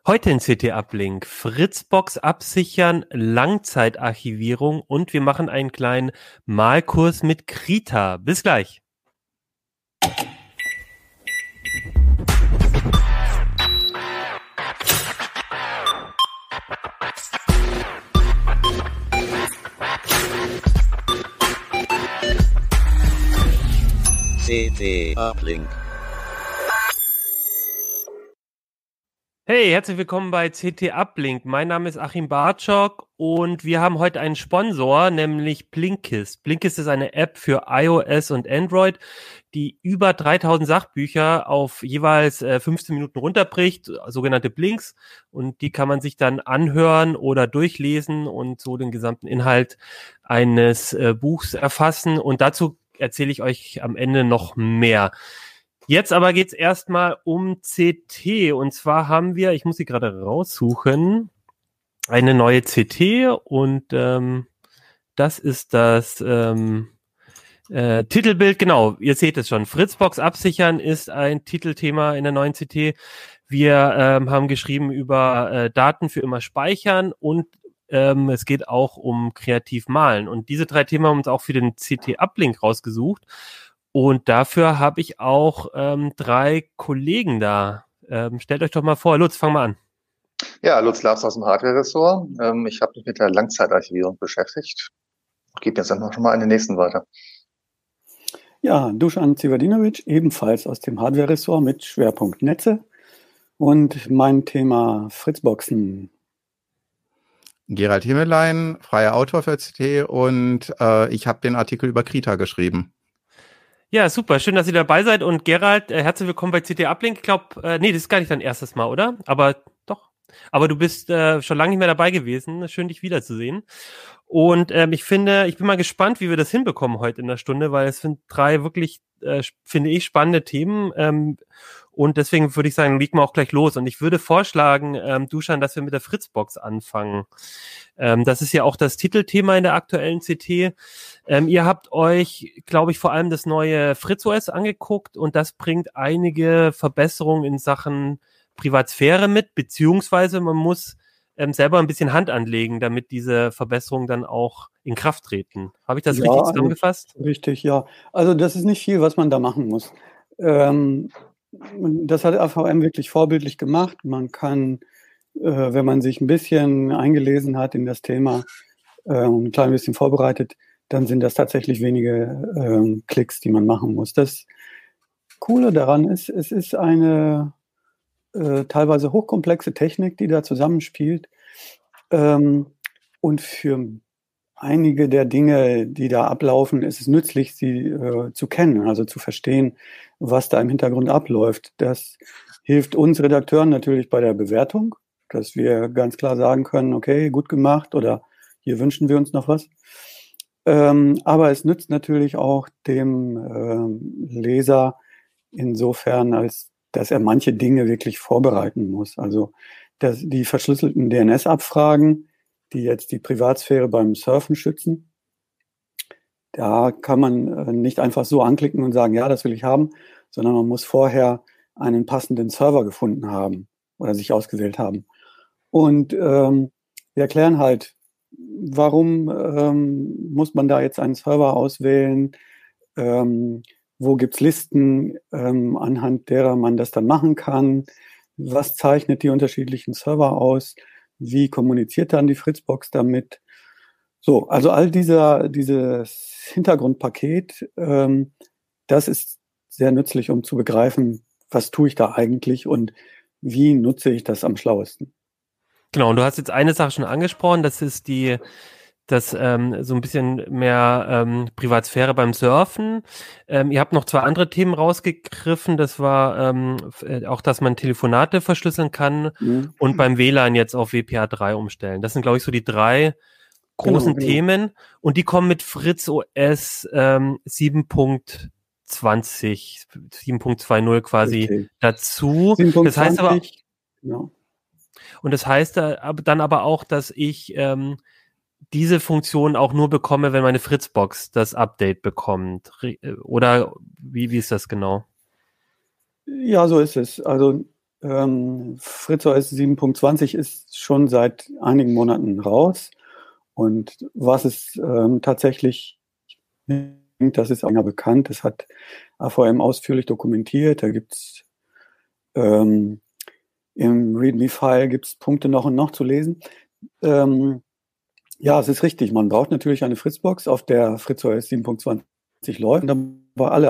Heute in CT-Uplink, Fritzbox absichern, Langzeitarchivierung und wir machen einen kleinen Malkurs mit Krita. Bis gleich. CT-Uplink. Hey, herzlich willkommen bei CT-Uplink. Mein Name ist Achim Bartschok und wir haben heute einen Sponsor, nämlich Blinkist. Blinkist ist eine App für iOS und Android, die über 3000 Sachbücher auf jeweils 15 Minuten runterbricht, sogenannte Blinks. Und die kann man sich dann anhören oder durchlesen und so den gesamten Inhalt eines Buchs erfassen. Und dazu erzähle ich euch am Ende noch mehr. Jetzt aber geht's erstmal um CT und zwar haben wir, ich muss sie gerade raussuchen, eine neue CT und das ist das Titelbild, genau, ihr seht es schon. Fritzbox absichern ist ein Titelthema in der neuen CT. Wir haben geschrieben über Daten für immer speichern und es geht auch um kreativ malen und diese drei Themen haben wir uns auch für den CT-Uplink rausgesucht. Und dafür habe ich auch drei Kollegen da. Stellt euch doch mal vor. Lutz, fang mal an. Ja, Lutz Labs aus dem Hardware-Ressort. Ich habe mich mit der Langzeitarchivierung beschäftigt. Ich gebe jetzt einfach schon mal an den nächsten weiter. Ja, Dusan Zivadinovic, ebenfalls aus dem Hardware-Ressort mit Schwerpunkt Netze. Und mein Thema Fritzboxen. Gerald Himmelein, freier Autor für CT und ich habe den Artikel über Krita geschrieben. Ja, super. Schön, dass ihr dabei seid. Und Gerald, herzlich willkommen bei CT-Uplink. Ich glaube, nee, das ist gar nicht dein erstes Mal, oder? Aber doch. Aber du bist schon lange nicht mehr dabei gewesen. Schön, dich wiederzusehen. Und ich bin mal gespannt, wie wir das hinbekommen heute in der Stunde, weil es sind drei wirklich, finde ich, spannende Themen. Und deswegen würde ich sagen, legen wir auch gleich los. Und ich würde vorschlagen, Dusan, dass wir mit der Fritzbox anfangen. Das ist ja auch das Titelthema in der aktuellen CT. Ihr habt euch, glaube ich, vor allem das neue FritzOS angeguckt und das bringt einige Verbesserungen in Sachen Privatsphäre mit, beziehungsweise man muss selber ein bisschen Hand anlegen, damit diese Verbesserungen dann auch in Kraft treten. Habe ich das richtig zusammengefasst? Richtig, ja. Also das ist nicht viel, was man da machen muss. Das hat AVM wirklich vorbildlich gemacht. Man kann, wenn man sich ein bisschen eingelesen hat in das Thema und ein klein bisschen vorbereitet, dann sind das tatsächlich wenige Klicks, die man machen muss. Das Coole daran ist, es ist eine teilweise hochkomplexe Technik, die da zusammenspielt. Und für einige der Dinge, die da ablaufen, ist es nützlich, sie zu kennen, also zu verstehen, was da im Hintergrund abläuft. Das hilft uns Redakteuren natürlich bei der Bewertung, dass wir ganz klar sagen können, okay, gut gemacht oder hier wünschen wir uns noch was. Aber es nützt natürlich auch dem Leser insofern, als dass er manche Dinge wirklich vorbereiten muss. Also die verschlüsselten DNS-Abfragen, die jetzt die Privatsphäre beim Surfen schützen, da kann man nicht einfach so anklicken und sagen, ja, das will ich haben, sondern man muss vorher einen passenden Server gefunden haben oder sich ausgewählt haben. Und wir erklären halt, warum muss man da jetzt einen Server auswählen, wo gibt's Listen, anhand derer man das dann machen kann, was zeichnet die unterschiedlichen Server aus, wie kommuniziert dann die Fritzbox damit. So, also all dieses Hintergrundpaket, das ist sehr nützlich, um zu begreifen, was tue ich da eigentlich und wie nutze ich das am schlauesten. Genau, und du hast jetzt eine Sache schon angesprochen, das ist so ein bisschen mehr Privatsphäre beim Surfen. Ihr habt noch zwei andere Themen rausgegriffen, das war auch, dass man Telefonate verschlüsseln kann und beim WLAN jetzt auf WPA3 umstellen. Das sind, glaube ich, so die drei großen Themen und die kommen mit FritzOS 7.20 quasi dazu. 7.20, das heißt aber, ja. Und das heißt dann aber auch, dass ich diese Funktion auch nur bekomme, wenn meine Fritzbox das Update bekommt. Oder wie ist das genau? Ja, so ist es. Also FritzOS 7.20 ist schon seit einigen Monaten raus. Und was es tatsächlich bringt, das ist auch bekannt. Das hat AVM ausführlich dokumentiert. Da gibt's im README-File gibt's Punkte noch und noch zu lesen. Ja, es ist richtig. Man braucht natürlich eine Fritzbox, auf der FritzOS 7.20 läuft. Und dann war alle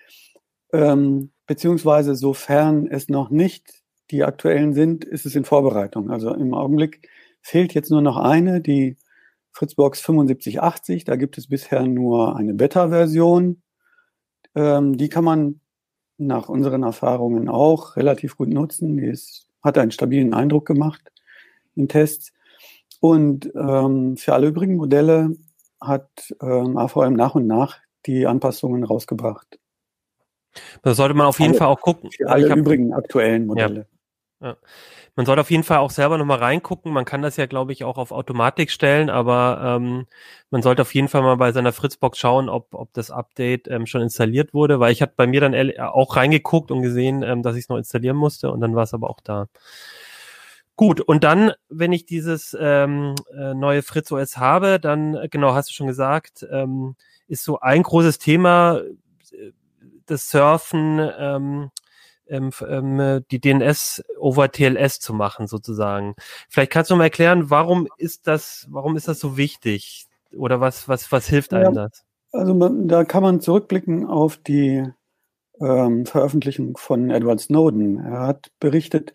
an. Beziehungsweise sofern es noch nicht die aktuellen sind, ist es in Vorbereitung. Also im Augenblick fehlt jetzt nur noch eine, die Fritzbox 7580. Da gibt es bisher nur eine Beta-Version. Die kann man nach unseren Erfahrungen auch relativ gut nutzen. Hat einen stabilen Eindruck gemacht in Tests. Und für alle übrigen Modelle hat AVM nach und nach die Anpassungen rausgebracht. Da sollte man auf jeden Fall auch gucken. Für alle übrigen aktuellen Modelle. Ja. Man sollte auf jeden Fall auch selber nochmal reingucken. Man kann das ja, glaube ich, auch auf Automatik stellen, aber man sollte auf jeden Fall mal bei seiner Fritzbox schauen, ob das Update schon installiert wurde, weil ich hatte bei mir dann auch reingeguckt und gesehen, dass ich es noch installieren musste und dann war es aber auch da. Gut, und dann, wenn ich dieses neue FritzOS habe, dann, genau, hast du schon gesagt, ist so ein großes Thema das Surfen, die DNS over TLS zu machen, sozusagen. Vielleicht kannst du mal erklären, warum ist das so wichtig? Oder was hilft einem das? Also da kann man zurückblicken auf die Veröffentlichung von Edward Snowden. Er hat berichtet,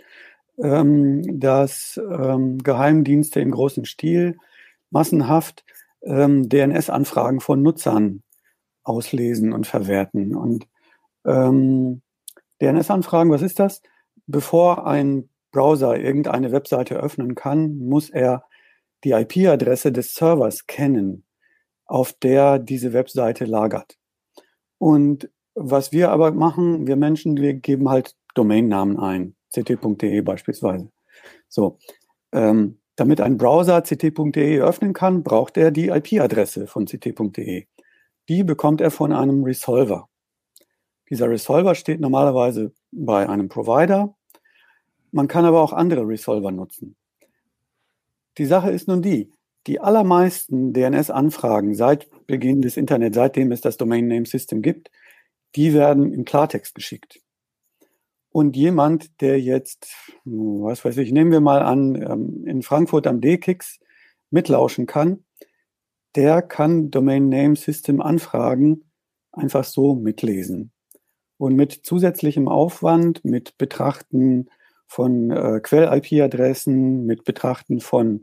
dass Geheimdienste im großen Stil massenhaft DNS-Anfragen von Nutzern auslesen und verwerten. Und DNS-Anfragen, was ist das? Bevor ein Browser irgendeine Webseite öffnen kann, muss er die IP-Adresse des Servers kennen, auf der diese Webseite lagert. Und was wir aber machen, wir Menschen, wir geben halt Domainnamen ein, ct.de beispielsweise. So, damit ein Browser ct.de öffnen kann, braucht er die IP-Adresse von ct.de. Die bekommt er von einem Resolver. Dieser Resolver steht normalerweise bei einem Provider. Man kann aber auch andere Resolver nutzen. Die Sache ist nun die allermeisten DNS-Anfragen seit Beginn des Internet, seitdem es das Domain Name System gibt, die werden im Klartext geschickt. Und jemand, der jetzt, was weiß ich, nehmen wir mal an, in Frankfurt am D-Kix mitlauschen kann, der kann Domain Name System Anfragen einfach so mitlesen. Und mit zusätzlichem Aufwand, mit Betrachten von Quell-IP-Adressen, mit Betrachten von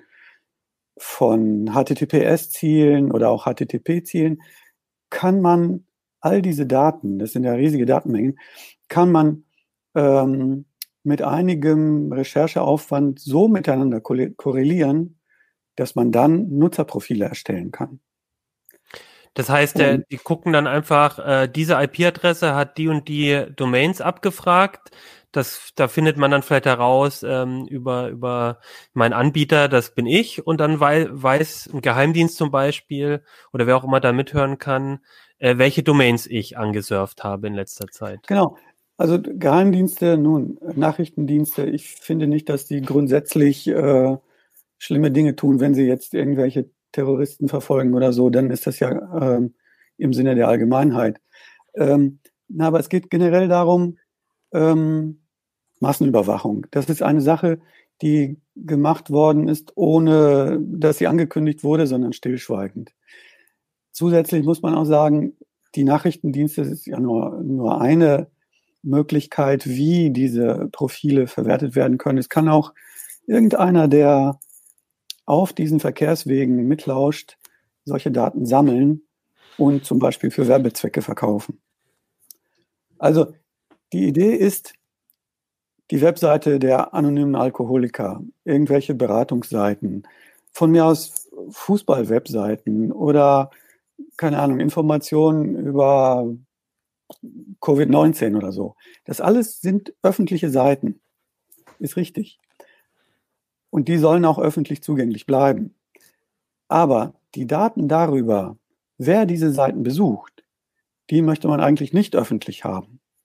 HTTPS-Zielen oder auch HTTP-Zielen, kann man all diese Daten, das sind ja riesige Datenmengen, kann man mit einigem Rechercheaufwand so miteinander korrelieren, dass man dann Nutzerprofile erstellen kann. Das heißt, die gucken dann einfach, diese IP-Adresse hat die und die Domains abgefragt. Da findet man dann vielleicht heraus über meinen Anbieter, das bin ich, und dann weiß ein Geheimdienst zum Beispiel oder wer auch immer da mithören kann, welche Domains ich angesurft habe in letzter Zeit. Genau. Also Geheimdienste, Nachrichtendienste, ich finde nicht, dass die grundsätzlich schlimme Dinge tun, wenn sie jetzt irgendwelche Terroristen verfolgen oder so, dann ist das ja im Sinne der Allgemeinheit. Aber es geht generell darum, Massenüberwachung. Das ist eine Sache, die gemacht worden ist, ohne dass sie angekündigt wurde, sondern stillschweigend. Zusätzlich muss man auch sagen, die Nachrichtendienste ist ja nur eine Möglichkeit, wie diese Profile verwertet werden können. Es kann auch irgendeiner, der auf diesen Verkehrswegen mitlauscht, solche Daten sammeln und zum Beispiel für Werbezwecke verkaufen. Also die Idee ist, die Webseite der anonymen Alkoholiker, irgendwelche Beratungsseiten, von mir aus Fußball-Webseiten oder, keine Ahnung, Informationen über Covid-19 oder so. Das alles sind öffentliche Seiten. Ist richtig. Und die sollen auch öffentlich zugänglich bleiben. Aber die Daten darüber, wer diese Seiten besucht, die möchte man eigentlich nicht öffentlich haben.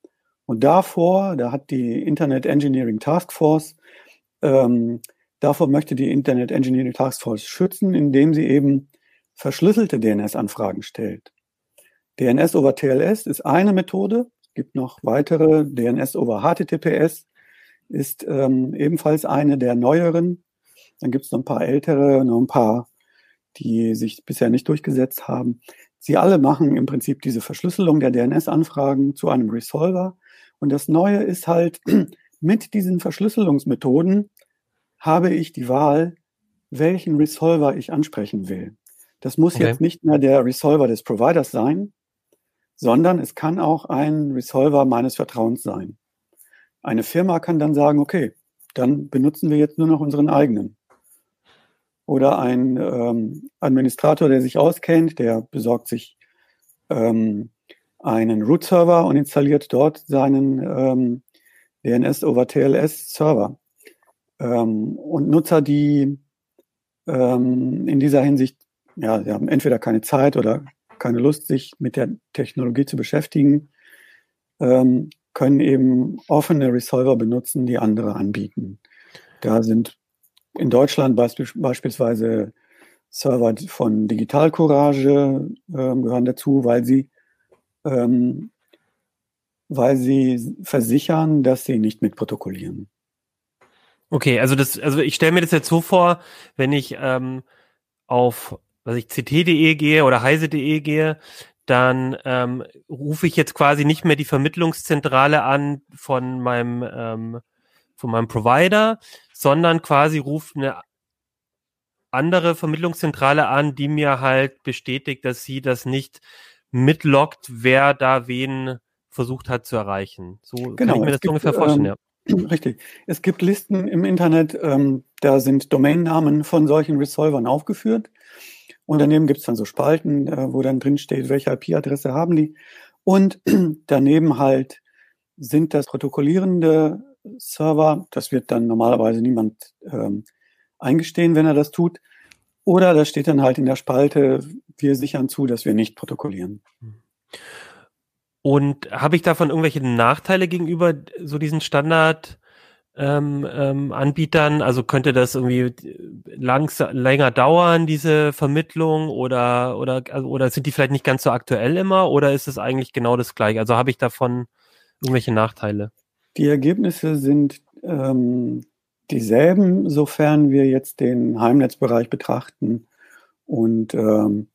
Und davor, da hat die Internet Engineering Task Force, davor möchte die Internet Engineering Task Force schützen, indem sie eben verschlüsselte DNS-Anfragen stellt. DNS over TLS ist eine Methode. Es gibt noch weitere. DNS over HTTPS ist ebenfalls eine der neueren. Dann gibt es noch ein paar ältere, noch ein paar, die sich bisher nicht durchgesetzt haben. Sie alle machen im Prinzip diese Verschlüsselung der DNS-Anfragen zu einem Resolver. Und das Neue ist halt, mit diesen Verschlüsselungsmethoden habe ich die Wahl, welchen Resolver ich ansprechen will. Das muss jetzt nicht mehr der Resolver des Providers sein, sondern es kann auch ein Resolver meines Vertrauens sein. Eine Firma kann dann sagen, okay, dann benutzen wir jetzt nur noch unseren eigenen. Oder ein Administrator, der sich auskennt, der besorgt sich einen Root-Server und installiert dort seinen DNS over TLS-Server. Und Nutzer, die in dieser Hinsicht, ja, sie haben entweder keine Zeit oder keine Lust, sich mit der Technologie zu beschäftigen, können eben offene Resolver benutzen, die andere anbieten. Da sind in Deutschland beispielsweise Server von Digital Courage gehören dazu, weil sie versichern, dass sie nicht mitprotokollieren. Okay, also ich stelle mir das jetzt so vor, wenn ich auf ct.de gehe oder heise.de gehe, dann rufe ich jetzt quasi nicht mehr die Vermittlungszentrale an von meinem Provider, sondern quasi ruft eine andere Vermittlungszentrale an, die mir halt bestätigt, dass sie das nicht mitloggt, wer da wen versucht hat zu erreichen. So genau, kann ich mir das ungefähr vorstellen, ja. Richtig. Es gibt Listen im Internet, da sind Domainnamen von solchen Resolvern aufgeführt. Und daneben gibt es dann so Spalten, wo dann drin steht, welche IP-Adresse haben die. Und daneben halt sind das protokollierende Server. Das wird dann normalerweise niemand eingestehen, wenn er das tut. Oder da steht dann halt in der Spalte, wir sichern zu, dass wir nicht protokollieren. Und habe ich davon irgendwelche Nachteile gegenüber so diesen Standard Anbietern? Also könnte das irgendwie länger dauern, diese Vermittlung, oder sind die vielleicht nicht ganz so aktuell immer, oder ist es eigentlich genau das Gleiche? Also habe ich davon irgendwelche Nachteile? Die Ergebnisse sind dieselben, sofern wir jetzt den Heimnetzbereich betrachten und und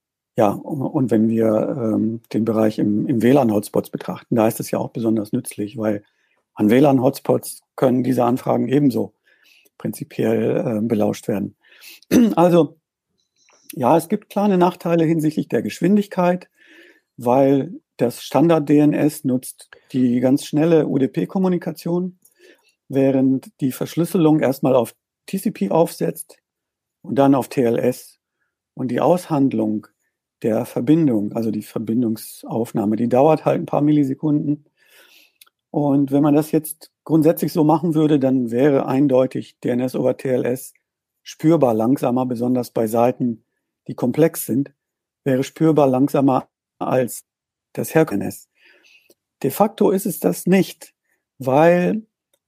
wenn wir den Bereich im WLAN-Hotspots betrachten, da ist es ja auch besonders nützlich, weil an WLAN-Hotspots können diese Anfragen ebenso prinzipiell belauscht werden. Also, ja, es gibt kleine Nachteile hinsichtlich der Geschwindigkeit, weil das Standard-DNS nutzt die ganz schnelle UDP-Kommunikation, während die Verschlüsselung erstmal auf TCP aufsetzt und dann auf TLS. Und die Aushandlung der Verbindung, also die Verbindungsaufnahme, die dauert halt ein paar Millisekunden. Und wenn man das jetzt grundsätzlich so machen würde, dann wäre eindeutig DNS over TLS spürbar langsamer, besonders bei Seiten, die komplex sind, wäre spürbar langsamer als das DNS. De facto ist es das nicht, weil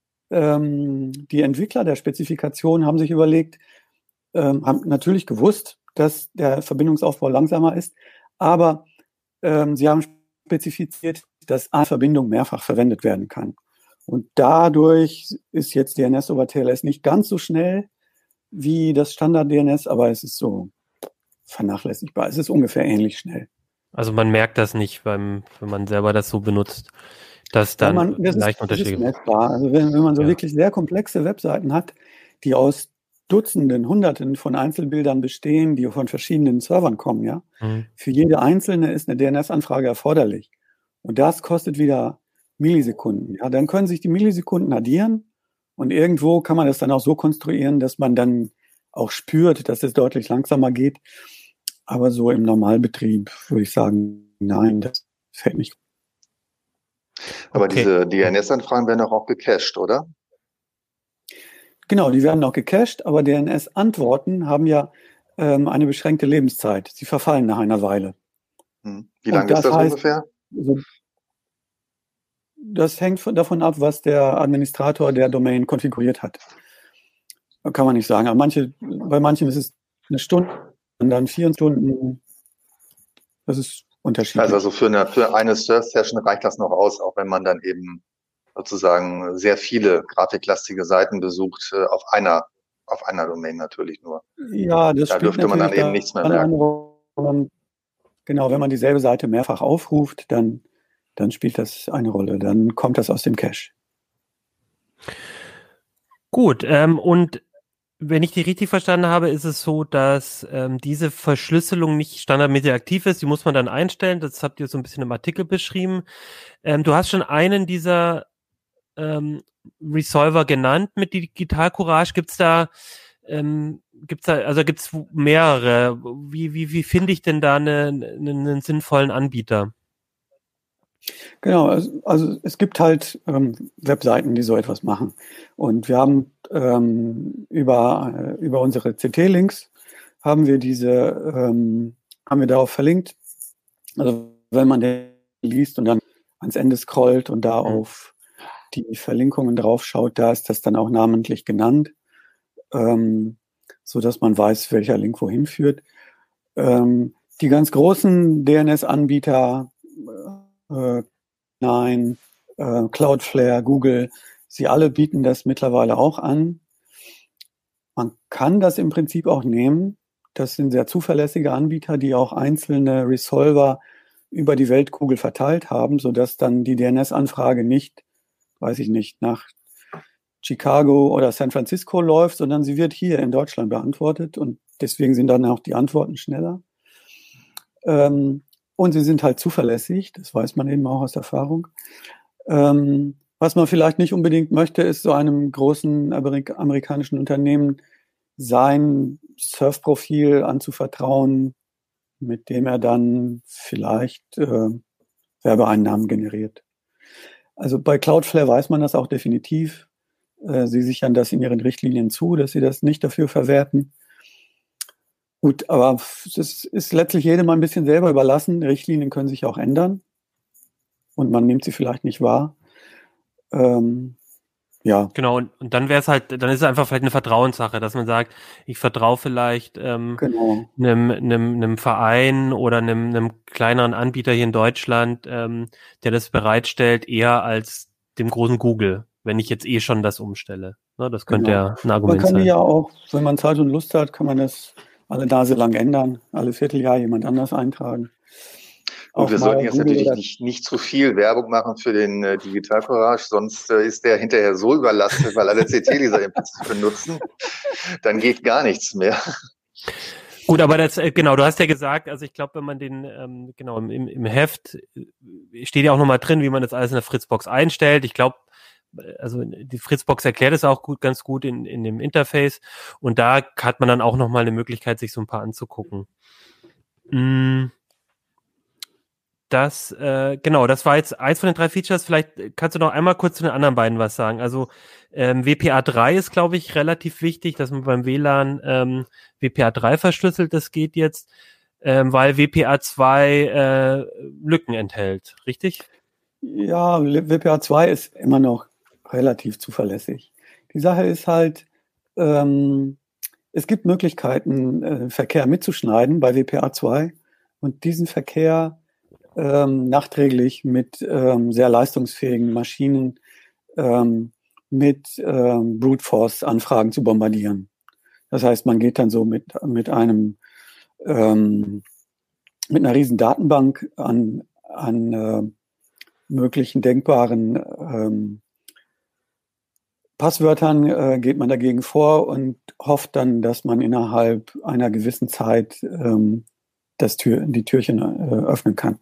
die Entwickler der Spezifikation haben sich überlegt, haben natürlich gewusst, dass der Verbindungsaufbau langsamer ist, aber sie haben spezifiziert, dass eine Verbindung mehrfach verwendet werden kann. Und dadurch ist jetzt DNS over TLS nicht ganz so schnell wie das Standard-DNS, aber es ist so vernachlässigbar. Es ist ungefähr ähnlich schnell. Also man merkt das nicht, wenn man selber das so benutzt, dass dann leicht Unterschiede gibt. Also wenn man so wirklich sehr komplexe Webseiten hat, die aus Dutzenden, Hunderten von Einzelbildern bestehen, die von verschiedenen Servern kommen, ja. Für jede einzelne ist eine DNS-Anfrage erforderlich. Und das kostet wieder Millisekunden. Ja, dann können sich die Millisekunden addieren und irgendwo kann man das dann auch so konstruieren, dass man dann auch spürt, dass es deutlich langsamer geht. Aber so im Normalbetrieb würde ich sagen, nein, das fällt nicht. Aber diese DNS-Anfragen werden auch gecached, oder? Genau, die werden auch gecached, aber DNS-Antworten haben ja eine beschränkte Lebenszeit. Sie verfallen nach einer Weile. Wie lange ist das ungefähr? das hängt davon ab, was der Administrator der Domain konfiguriert hat. Kann man nicht sagen. Aber bei manchen ist es eine Stunde und dann 4 Stunden. Das ist unterschiedlich. Also für eine Surf-Session reicht das noch aus, auch wenn man dann eben sozusagen sehr viele grafiklastige Seiten besucht, auf einer Domain natürlich nur. Ja, das Da spielt dürfte man dann natürlich eben nichts mehr merken. Genau, wenn man dieselbe Seite mehrfach aufruft, dann spielt das eine Rolle. Dann kommt das aus dem Cache. Gut, und wenn ich die richtig verstanden habe, ist es so, dass diese Verschlüsselung nicht standardmäßig aktiv ist. Die muss man dann einstellen. Das habt ihr so ein bisschen im Artikel beschrieben. Du hast schon einen dieser Resolver genannt mit Digital Courage. Gibt's mehrere? Wie finde ich denn da einen sinnvollen Anbieter? Genau, also es gibt halt Webseiten, die so etwas machen. Und wir haben über unsere CT-Links haben wir darauf verlinkt. Also wenn man den liest und dann ans Ende scrollt und da auf die Verlinkungen drauf schaut, da ist das dann auch namentlich genannt, so dass man weiß, welcher Link wohin führt. Die ganz großen DNS-Anbieter Cloudflare, Google, sie alle bieten das mittlerweile auch an. Man kann das im Prinzip auch nehmen. Das sind sehr zuverlässige Anbieter, die auch einzelne Resolver über die Weltkugel verteilt haben, sodass dann die DNS-Anfrage nicht, weiß ich nicht, nach Chicago oder San Francisco läuft, sondern sie wird hier in Deutschland beantwortet und deswegen sind dann auch die Antworten schneller. Und sie sind halt zuverlässig, das weiß man eben auch aus Erfahrung. Was man vielleicht nicht unbedingt möchte, ist so einem großen amerikanischen Unternehmen sein Surfprofil anzuvertrauen, mit dem er dann vielleicht Werbeeinnahmen generiert. Also bei Cloudflare weiß man das auch definitiv. Sie sichern das in ihren Richtlinien zu, dass sie das nicht dafür verwerten. Gut, aber es ist letztlich jedem ein bisschen selber überlassen. Richtlinien können sich auch ändern und man nimmt sie vielleicht nicht wahr. Ja. Genau, und dann wäre es halt, dann ist es einfach vielleicht eine Vertrauenssache, dass man sagt, ich vertraue vielleicht Genau. einem Verein oder einem kleineren Anbieter hier in Deutschland, der das bereitstellt, eher als dem großen Google, wenn ich jetzt schon das umstelle. Ne, das könnte ja ein Argument sein. Man kann die ja auch, wenn man Zeit und Lust hat, kann man das alle Nase lang ändern, alle Vierteljahr jemand anders eintragen. Und wir sollten jetzt natürlich nicht zu viel Werbung machen für den Digital Courage, sonst ist der hinterher so überlastet, weil alle CT-Leser im Prinzip benutzen, dann geht gar nichts mehr. Gut, aber das, genau, du hast ja gesagt, also ich glaube, wenn man den, im Heft steht ja auch nochmal drin, wie man das alles in der Fritzbox einstellt. Ich glaube, also die Fritzbox erklärt es auch ganz gut in dem Interface und da hat man dann auch nochmal eine Möglichkeit, sich so ein paar anzugucken. Das war jetzt eins von den 3 Features. Vielleicht kannst du noch einmal kurz zu den anderen beiden was sagen. Also WPA3 ist, glaube ich, relativ wichtig, dass man beim WLAN WPA3 verschlüsselt. Das geht jetzt, weil WPA2 Lücken enthält. Richtig? Ja, WPA2 ist immer noch relativ zuverlässig. Die Sache ist halt, es gibt Möglichkeiten, Verkehr mitzuschneiden bei WPA2 und diesen Verkehr nachträglich mit sehr leistungsfähigen Maschinen mit Brute Force Anfragen zu bombardieren. Das heißt, man geht dann so mit einer riesen Datenbank an möglichen denkbaren Passwörtern geht man dagegen vor und hofft dann, dass man innerhalb einer gewissen Zeit die Türchen öffnen kann.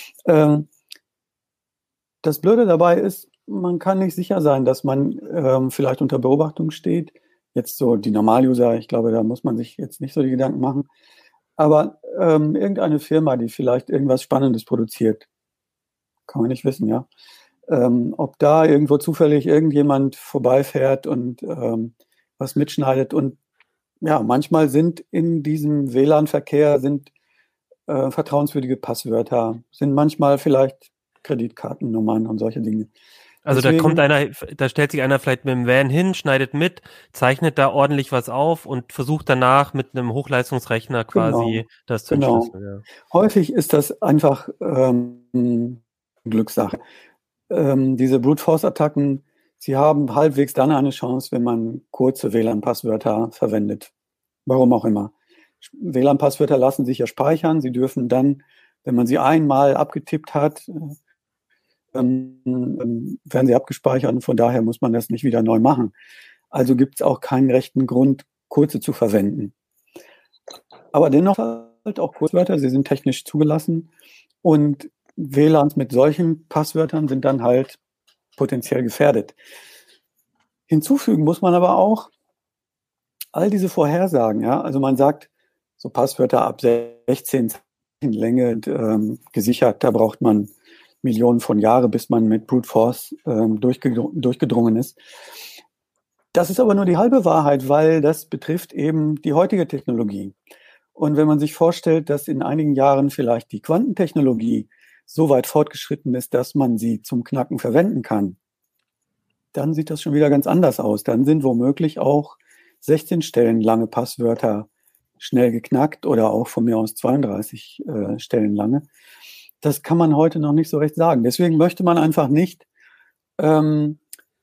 Das Blöde dabei ist, man kann nicht sicher sein, dass man vielleicht unter Beobachtung steht. Jetzt so die Normaluser, ich glaube, da muss man sich jetzt nicht so die Gedanken machen. Aber irgendeine Firma, die vielleicht irgendwas Spannendes produziert, kann man nicht wissen, ja. Ob da irgendwo zufällig irgendjemand vorbeifährt und was mitschneidet. Und ja, manchmal sind in diesem WLAN-Verkehr vertrauenswürdige Passwörter, sind manchmal vielleicht Kreditkartennummern und solche Dinge. Also da stellt sich einer vielleicht mit dem Van hin, schneidet mit, zeichnet da ordentlich was auf und versucht danach mit einem Hochleistungsrechner quasi das zu entschlüsseln. Ja. Häufig ist das einfach Glückssache. Diese Brute-Force-Attacken, sie haben halbwegs dann eine Chance, wenn man kurze WLAN-Passwörter verwendet. Warum auch immer. WLAN-Passwörter lassen sich ja speichern. Sie dürfen dann, wenn man sie einmal abgetippt hat, werden sie abgespeichert und von daher muss man das nicht wieder neu machen. Also gibt es auch keinen rechten Grund, kurze zu verwenden. Aber dennoch halt auch Kurzwörter, sie sind technisch zugelassen und WLANs mit solchen Passwörtern sind dann halt potenziell gefährdet. Hinzufügen muss man aber auch all diese Vorhersagen, ja, also man sagt, so Passwörter ab 16 Zeichen Länge gesichert, da braucht man Millionen von Jahren, bis man mit Brute Force durchgedrungen ist. Das ist aber nur die halbe Wahrheit, weil das betrifft eben die heutige Technologie. Und wenn man sich vorstellt, dass in einigen Jahren vielleicht die Quantentechnologie so weit fortgeschritten ist, dass man sie zum Knacken verwenden kann, dann sieht das schon wieder ganz anders aus. Dann sind womöglich auch 16 Stellen lange Passwörter schnell geknackt oder auch von mir aus 32 Stellen lange. Das kann man heute noch nicht so recht sagen. Deswegen möchte man einfach nicht, deswegen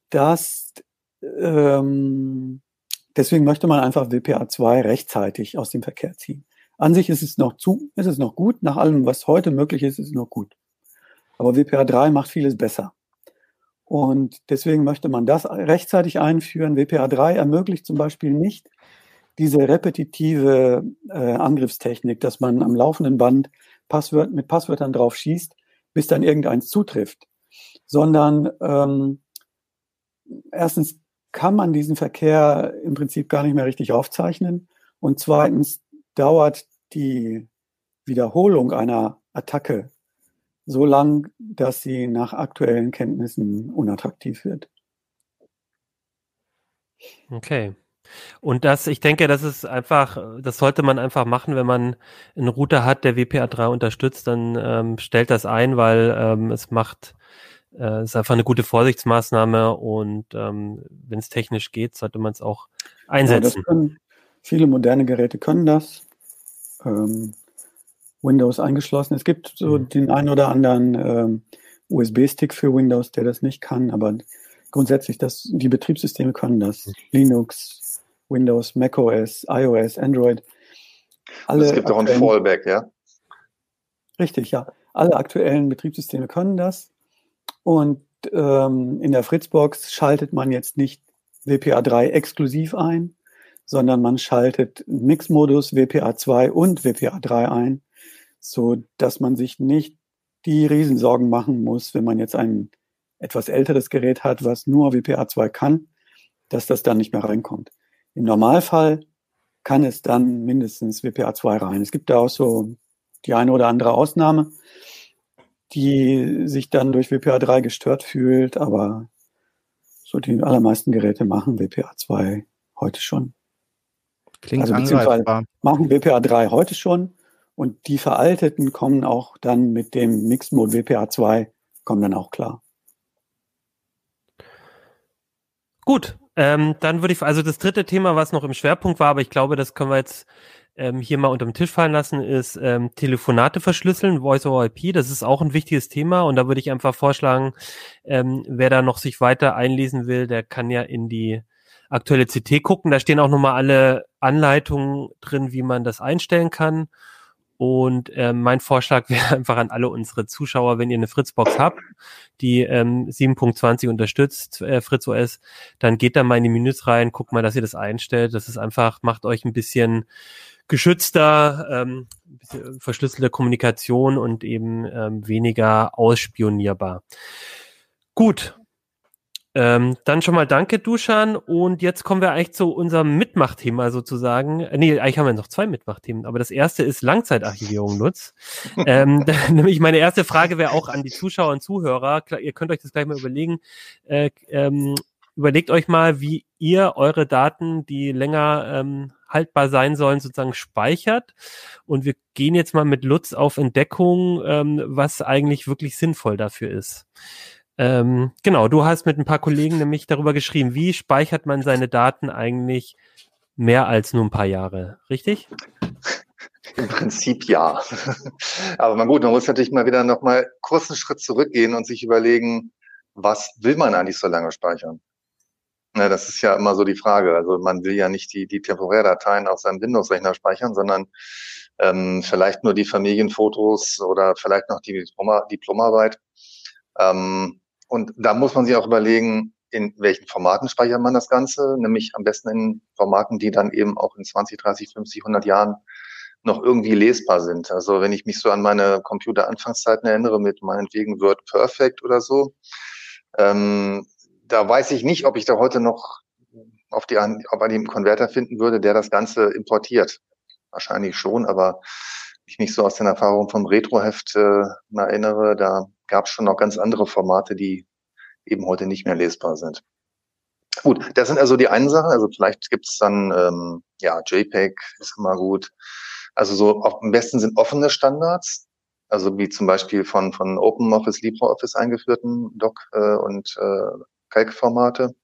möchte man einfach WPA2 rechtzeitig aus dem Verkehr ziehen. An sich ist es noch gut. Nach allem, was heute möglich ist, ist es noch gut. Aber WPA3 macht vieles besser. Und deswegen möchte man das rechtzeitig einführen. WPA3 ermöglicht zum Beispiel nicht diese repetitive Angriffstechnik, dass man am laufenden Band mit Passwörtern drauf schießt, bis dann irgendeins zutrifft. Sondern erstens kann man diesen Verkehr im Prinzip gar nicht mehr richtig aufzeichnen. Und zweitens dauert die Wiederholung einer Attacke so lang, dass sie nach aktuellen Kenntnissen unattraktiv wird. Okay. Und ich denke, das sollte man einfach machen, wenn man einen Router hat, der WPA3 unterstützt, dann stellt das ein, weil es ist einfach eine gute Vorsichtsmaßnahme und wenn es technisch geht, sollte man es auch einsetzen. Ja, viele moderne Geräte können das. Windows eingeschlossen. Es gibt so den einen oder anderen USB-Stick für Windows, der das nicht kann, aber grundsätzlich die Betriebssysteme können das. Linux, Windows, macOS, iOS, Android. Es gibt auch ein Fallback, ja? Richtig, ja. Alle aktuellen Betriebssysteme können das. Und in der Fritzbox schaltet man jetzt nicht WPA3 exklusiv ein, sondern man schaltet Mixmodus WPA2 und WPA3 ein, so dass man sich nicht die Riesensorgen machen muss, wenn man jetzt ein etwas älteres Gerät hat, was nur WPA2 kann, dass das dann nicht mehr reinkommt. Im Normalfall kann es dann mindestens WPA2 rein. Es gibt da auch so die eine oder andere Ausnahme, die sich dann durch WPA3 gestört fühlt, aber so die allermeisten Geräte machen WPA2 heute schon. Klingt beziehungsweise machen WPA3 heute schon und die veralteten kommen auch dann mit dem Mixed-Mode WPA2, kommen dann auch klar. Gut, dann würde ich, also das dritte Thema, was noch im Schwerpunkt war, aber ich glaube, das können wir jetzt hier mal unter den Tisch fallen lassen, ist Telefonate verschlüsseln, Voice over IP. Das ist auch ein wichtiges Thema und da würde ich einfach vorschlagen, wer da noch sich weiter einlesen will, der kann ja in die aktuelle CT gucken. Da stehen auch nochmal alle Anleitungen drin, wie man das einstellen kann. Und mein Vorschlag wäre einfach an alle unsere Zuschauer, wenn ihr eine Fritzbox habt, die 7.20 unterstützt, FritzOS, dann geht da mal in die Menüs rein, guckt mal, dass ihr das einstellt. Das ist einfach, macht euch ein bisschen geschützter, ein bisschen verschlüsselte Kommunikation und eben weniger ausspionierbar. Gut. Dann schon mal danke, Dusan. Und jetzt kommen wir eigentlich zu unserem Mitmachthema sozusagen. Nee, eigentlich haben wir noch 2 Mitmachthemen. Aber das erste ist Langzeitarchivierung, Lutz. Nämlich meine erste Frage wäre auch an die Zuschauer und Zuhörer. Klar, ihr könnt euch das gleich mal überlegen. überlegt euch mal, wie ihr eure Daten, die länger haltbar sein sollen, sozusagen speichert. Und wir gehen jetzt mal mit Lutz auf Entdeckung, was eigentlich wirklich sinnvoll dafür ist. Genau, du hast mit ein paar Kollegen nämlich darüber geschrieben, wie speichert man seine Daten eigentlich mehr als nur ein paar Jahre, richtig? Im Prinzip ja. Aber man muss natürlich mal wieder noch mal kurz einen Schritt zurückgehen und sich überlegen, was will man eigentlich so lange speichern? Ja, das ist ja immer so die Frage. Also man will ja nicht die Temporärdateien auf seinem Windows-Rechner speichern, sondern vielleicht nur die Familienfotos oder vielleicht noch die Diplomarbeit. Und da muss man sich auch überlegen, in welchen Formaten speichert man das Ganze, nämlich am besten in Formaten, die dann eben auch in 20, 30, 50, 100 Jahren noch irgendwie lesbar sind. Also wenn ich mich so an meine Computer-Anfangszeiten erinnere mit meinetwegen WordPerfect oder so, da weiß ich nicht, ob ich da heute noch ob an dem Konverter finden würde, der das Ganze importiert. Wahrscheinlich schon, aber ich mich so aus den Erfahrungen vom Retroheft erinnere, da gab es schon noch ganz andere Formate, die eben heute nicht mehr lesbar sind. Gut, das sind also die einen Sachen. Also vielleicht gibt es dann, JPEG ist immer gut. Also so am besten sind offene Standards, also wie zum Beispiel von OpenOffice, LibreOffice eingeführten Doc- und Calc-Formate.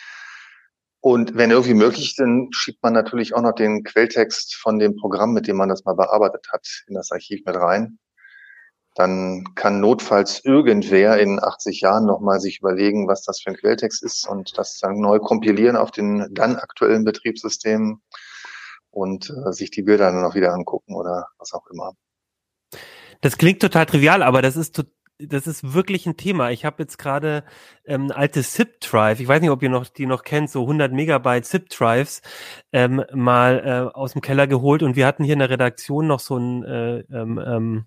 Und wenn irgendwie möglich, dann schiebt man natürlich auch noch den Quelltext von dem Programm, mit dem man das mal bearbeitet hat, in das Archiv mit rein. Dann kann notfalls irgendwer in 80 Jahren nochmal sich überlegen, was das für ein Quelltext ist und das dann neu kompilieren auf den dann aktuellen Betriebssystemen und sich die Bilder dann noch wieder angucken oder was auch immer. Das klingt total trivial, aber das ist wirklich ein Thema. Ich habe jetzt gerade alte ZIP-Drive, ich weiß nicht, ob ihr die noch kennt, so 100 Megabyte ZIP-Drives mal aus dem Keller geholt und wir hatten hier in der Redaktion noch so ein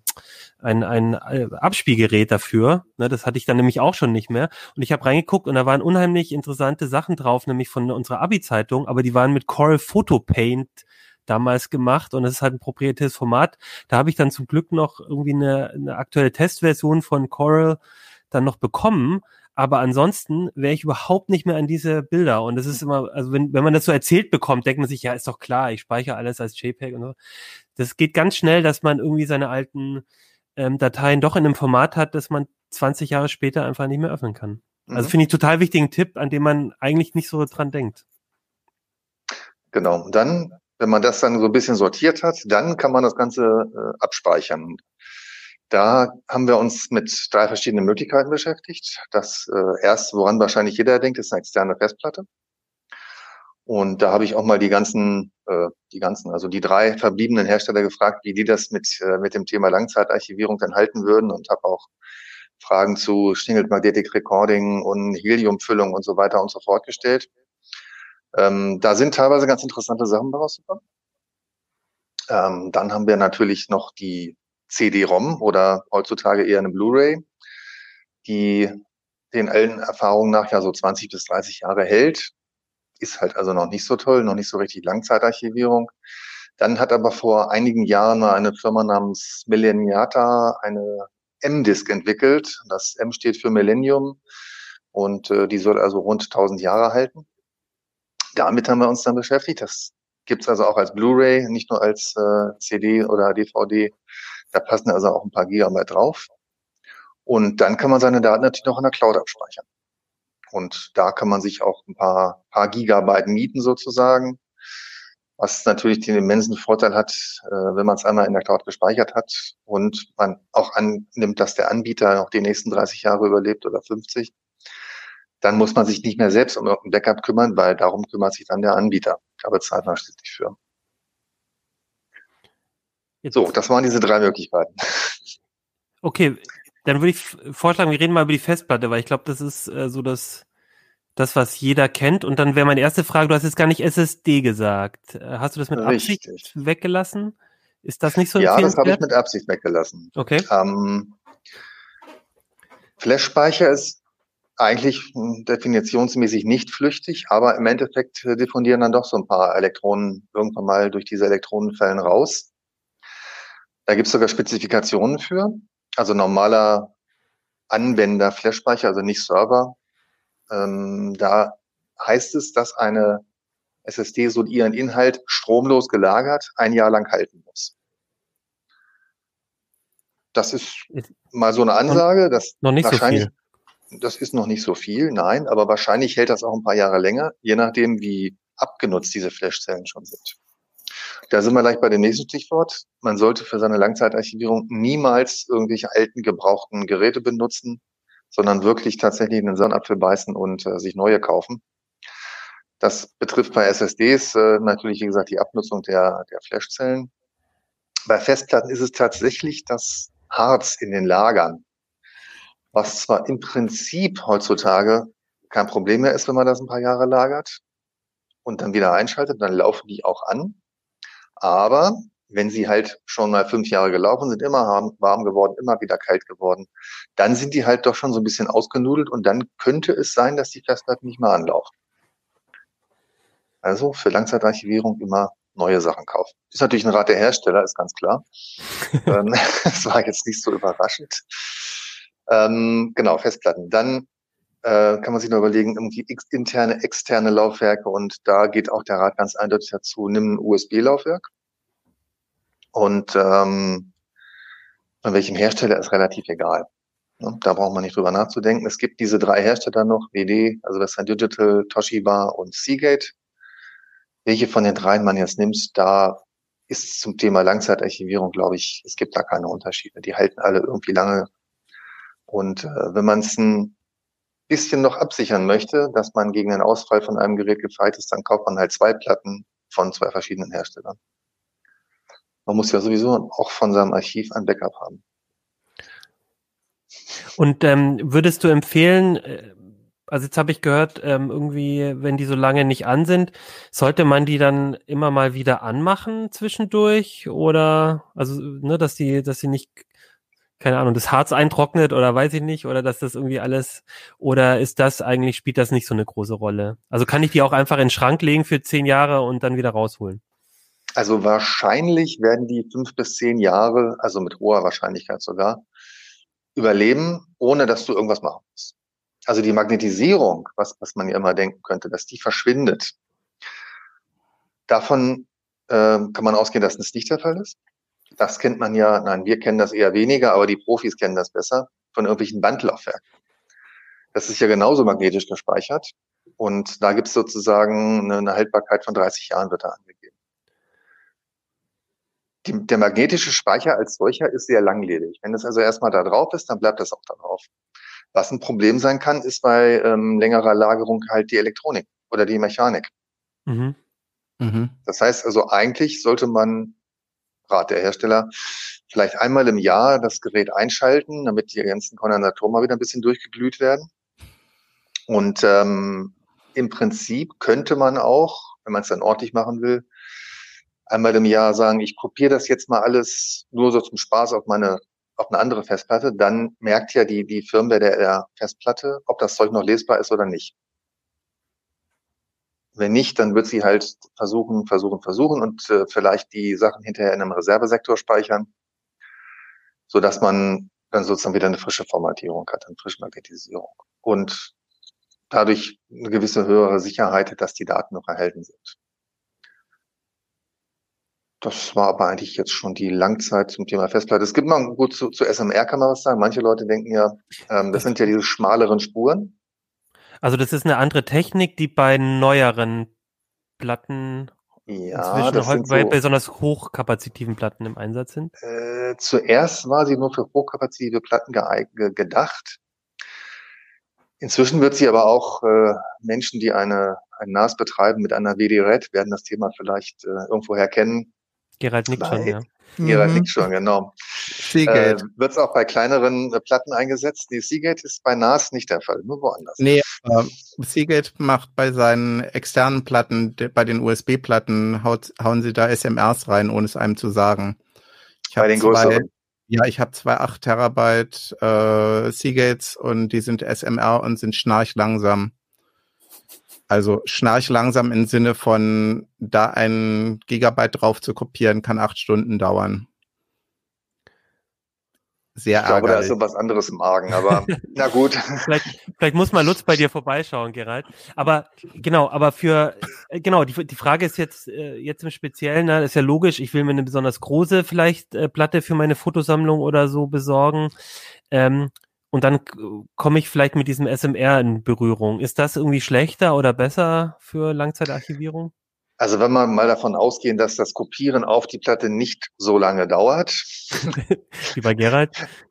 Abspielgerät dafür. Ne, das hatte ich dann nämlich auch schon nicht mehr. Und ich habe reingeguckt und da waren unheimlich interessante Sachen drauf, nämlich von unserer Abi-Zeitung, aber die waren mit Corel Photo Paint damals gemacht und das ist halt ein proprietäres Format. Da habe ich dann zum Glück noch irgendwie eine aktuelle Testversion von Corel dann noch bekommen, aber ansonsten wäre ich überhaupt nicht mehr an diese Bilder und das ist immer, also wenn man das so erzählt bekommt, denkt man sich, ja, ist doch klar, ich speichere alles als JPEG und so. Das geht ganz schnell, dass man irgendwie seine alten Dateien doch in einem Format hat, das man 20 Jahre später einfach nicht mehr öffnen kann. Also finde ich total wichtigen Tipp, an dem man eigentlich nicht so dran denkt. Genau. Und dann, wenn man das dann so ein bisschen sortiert hat, dann kann man das Ganze abspeichern. Da haben wir uns mit 3 verschiedenen Möglichkeiten beschäftigt. Das erste, woran wahrscheinlich jeder denkt, ist eine externe Festplatte. Und da habe ich auch mal die 3 verbliebenen Hersteller gefragt, wie die das mit dem Thema Langzeitarchivierung dann halten würden und habe auch Fragen zu Shingled Magnetic Recording und Heliumfüllung und so weiter und so fort gestellt. Da sind teilweise ganz interessante Sachen daraus gekommen. Dann haben wir natürlich noch die CD-ROM oder heutzutage eher eine Blu-ray, die den allen Erfahrungen nach ja so 20 bis 30 Jahre hält. Ist halt also noch nicht so toll, noch nicht so richtig Langzeitarchivierung. Dann hat aber vor einigen Jahren mal eine Firma namens Millenniata eine M-Disk entwickelt. Das M steht für Millennium und die soll also rund 1000 Jahre halten. Damit haben wir uns dann beschäftigt. Das gibt's also auch als Blu-ray, nicht nur als CD oder DVD. Da passen also auch ein paar Gigabyte drauf. Und dann kann man seine Daten natürlich noch in der Cloud abspeichern. Und da kann man sich auch ein paar Gigabyte mieten sozusagen, was natürlich den immensen Vorteil hat, wenn man es einmal in der Cloud gespeichert hat und man auch annimmt, dass der Anbieter noch die nächsten 30 Jahre überlebt oder 50. Dann muss man sich nicht mehr selbst um irgendein Backup kümmern, weil darum kümmert sich dann der Anbieter. Da bezahlt man schließlich für. So, das waren diese 3 Möglichkeiten. Okay, dann würde ich vorschlagen, wir reden mal über die Festplatte, weil ich glaube, das ist so das, was jeder kennt. Und dann wäre meine erste Frage, du hast jetzt gar nicht SSD gesagt. Hast du das mit Absicht weggelassen? Ist das nicht so empfehlenswert? Ja, das habe ich mit Absicht weggelassen. Okay. Flash-Speicher ist eigentlich definitionsmäßig nicht flüchtig, aber im Endeffekt diffundieren dann doch so ein paar Elektronen irgendwann mal durch diese Elektronenfällen raus. Da gibt es sogar Spezifikationen für. Also normaler Anwender Flash-Speicher, also nicht Server, da heißt es, dass eine SSD so ihren Inhalt stromlos gelagert 1 Jahr lang halten muss. Das ist mal so eine Ansage. Das noch nicht wahrscheinlich, so viel. Das ist noch nicht so viel, nein, aber wahrscheinlich hält das auch ein paar Jahre länger, je nachdem, wie abgenutzt diese Flashzellen schon sind. Da sind wir gleich bei dem nächsten Stichwort. Man sollte für seine Langzeitarchivierung niemals irgendwelche alten, gebrauchten Geräte benutzen, sondern wirklich tatsächlich in den Sauerapfel beißen und sich neue kaufen. Das betrifft bei SSDs natürlich, wie gesagt, die Abnutzung der Flashzellen. Bei Festplatten ist es tatsächlich das Harz in den Lagern, was zwar im Prinzip heutzutage kein Problem mehr ist, wenn man das ein paar Jahre lagert und dann wieder einschaltet, dann laufen die auch an. Aber wenn sie halt schon mal 5 Jahre gelaufen sind, immer warm geworden, immer wieder kalt geworden, dann sind die halt doch schon so ein bisschen ausgenudelt und dann könnte es sein, dass die Festplatten nicht mehr anlaufen. Also für Langzeitarchivierung immer neue Sachen kaufen. Ist natürlich ein Rat der Hersteller, ist ganz klar. Das war jetzt nicht so überraschend. Genau, Festplatten. Dann kann man sich noch überlegen, irgendwie interne, externe Laufwerke und da geht auch der Rat ganz eindeutig dazu, nimm ein USB-Laufwerk und von welchem Hersteller ist relativ egal. Ne? Da braucht man nicht drüber nachzudenken. Es gibt diese 3 Hersteller noch, WD, also Western Digital, Toshiba und Seagate. Welche von den 3 man jetzt nimmt, da ist zum Thema Langzeitarchivierung, glaube ich, es gibt da keine Unterschiede. Die halten alle irgendwie lange. Und wenn man es ein bisschen noch absichern möchte, dass man gegen den Ausfall von einem Gerät gefeit ist, dann kauft man halt 2 Platten von 2 verschiedenen Herstellern. Man muss ja sowieso auch von seinem Archiv ein Backup haben. Und würdest du empfehlen, also jetzt habe ich gehört, irgendwie, wenn die so lange nicht an sind, sollte man die dann immer mal wieder anmachen zwischendurch? Oder, also, ne, dass sie nicht, keine Ahnung, das Harz eintrocknet oder weiß ich nicht, oder dass das irgendwie alles, oder ist das eigentlich, spielt das nicht so eine große Rolle? Also kann ich die auch einfach in den Schrank legen für 10 Jahre und dann wieder rausholen? Also wahrscheinlich werden die 5 bis 10 Jahre, also mit hoher Wahrscheinlichkeit sogar, überleben, ohne dass du irgendwas machen musst. Also die Magnetisierung, was man ja immer denken könnte, dass die verschwindet. Davon kann man ausgehen, dass das nicht der Fall ist. Das kennt man ja, nein, wir kennen das eher weniger, aber die Profis kennen das besser, von irgendwelchen Bandlaufwerken. Das ist ja genauso magnetisch gespeichert und da gibt es sozusagen eine Haltbarkeit von 30 Jahren, wird da angegeben. Der magnetische Speicher als solcher ist sehr langlebig. Wenn das also erstmal da drauf ist, dann bleibt das auch da drauf. Was ein Problem sein kann, ist bei längerer Lagerung halt die Elektronik oder die Mechanik. Mhm. Mhm. Das heißt also, eigentlich sollte man, Rat der Hersteller, vielleicht einmal im Jahr das Gerät einschalten, damit die ganzen Kondensatoren mal wieder ein bisschen durchgeglüht werden. Und im Prinzip könnte man auch, wenn man es dann ordentlich machen will, einmal im Jahr sagen, ich kopiere das jetzt mal alles nur so zum Spaß auf eine andere Festplatte, dann merkt ja die Firmware der Festplatte, ob das Zeug noch lesbar ist oder nicht. Wenn nicht, dann wird sie halt versuchen und vielleicht die Sachen hinterher in einem Reservesektor speichern, sodass man dann sozusagen wieder eine frische Formatierung hat, eine frische Magnetisierung. Und dadurch eine gewisse höhere Sicherheit, dass die Daten noch erhalten sind. Das war aber eigentlich jetzt schon die Langzeit zum Thema Festplatte. Es gibt mal gut zu SMR kann man was sagen. Manche Leute denken ja, das sind ja diese schmaleren Spuren. Also das ist eine andere Technik, die bei neueren Platten inzwischen bei besonders hochkapazitiven Platten im Einsatz sind. Zuerst war sie nur für hochkapazitive Platten gedacht. Inzwischen wird sie aber auch Menschen, die ein NAS betreiben mit einer WD-RED, werden das Thema vielleicht irgendwoher kennen. Gerald nickt schon, ja. Gerald nickt schon, genau. Seagate. Wird es auch bei kleineren Platten eingesetzt? Die Seagate ist bei NAS nicht der Fall, nur woanders. Nee, Seagate macht bei seinen externen Platten, bei den USB-Platten, hauen sie da SMRs rein, ohne es einem zu sagen. Bei den größeren? Ja, ich habe 2 8 Terabyte Seagates und die sind SMR und sind schnarchlangsam. Also schnarchlangsam im Sinne von, da ein Gigabyte drauf zu kopieren, kann 8 Stunden dauern. sehr ärgerlich. Ich glaube, da ist so was anderes im Argen, aber na gut. Vielleicht muss mal Lutz bei dir vorbeischauen, Gerald. Aber genau, die Frage ist jetzt im Speziellen, ne, ist ja logisch, ich will mir eine besonders große vielleicht Platte für meine Fotosammlung oder so besorgen. Und dann komme ich vielleicht mit diesem SMR in Berührung. Ist das irgendwie schlechter oder besser für Langzeitarchivierung? Also wenn wir mal davon ausgehen, dass das Kopieren auf die Platte nicht so lange dauert, wie bei Gerald,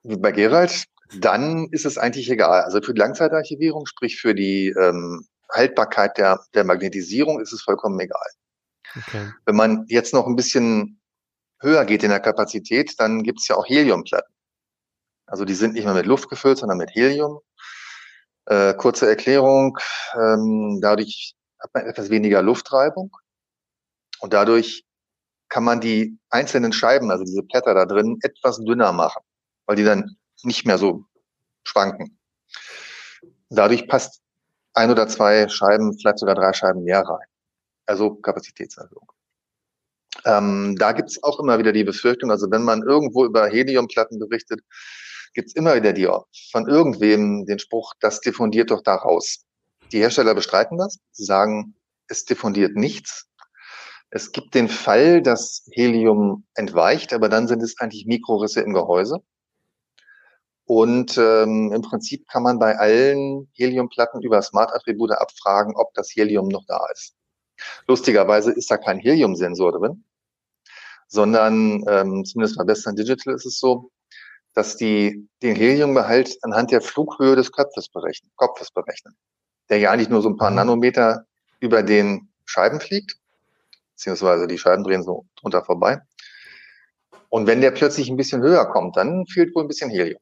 dann ist es eigentlich egal. Also für die Langzeitarchivierung, sprich für die Haltbarkeit der Magnetisierung, ist es vollkommen egal. Okay. Wenn man jetzt noch ein bisschen höher geht in der Kapazität, dann gibt es ja auch Heliumplatten. Also die sind nicht mehr mit Luft gefüllt, sondern mit Helium. Kurze Erklärung, dadurch hat man etwas weniger Luftreibung und dadurch kann man die einzelnen Scheiben, also diese Blätter da drin, etwas dünner machen, weil die dann nicht mehr so schwanken. Dadurch passt 1 oder 2 Scheiben, vielleicht sogar 3 Scheiben mehr rein. Also Kapazitätserhöhung. Da gibt es auch immer wieder die Befürchtung, also wenn man irgendwo über Heliumplatten berichtet, gibt es immer wieder von irgendwem den Spruch, das diffundiert doch da raus. Die Hersteller bestreiten das. Sie sagen, es diffundiert nichts. Es gibt den Fall, dass Helium entweicht, aber dann sind es eigentlich Mikrorisse im Gehäuse. Und im Prinzip kann man bei allen Heliumplatten über Smart-Attribute abfragen, ob das Helium noch da ist. Lustigerweise ist da kein Heliumsensor drin, sondern zumindest bei Western Digital ist es so, dass die den Heliumbehalt anhand der Flughöhe des Kopfes berechnen, der ja eigentlich nur so ein paar Nanometer über den Scheiben fliegt, beziehungsweise die Scheiben drehen so drunter vorbei. Und wenn der plötzlich ein bisschen höher kommt, dann fehlt wohl ein bisschen Helium.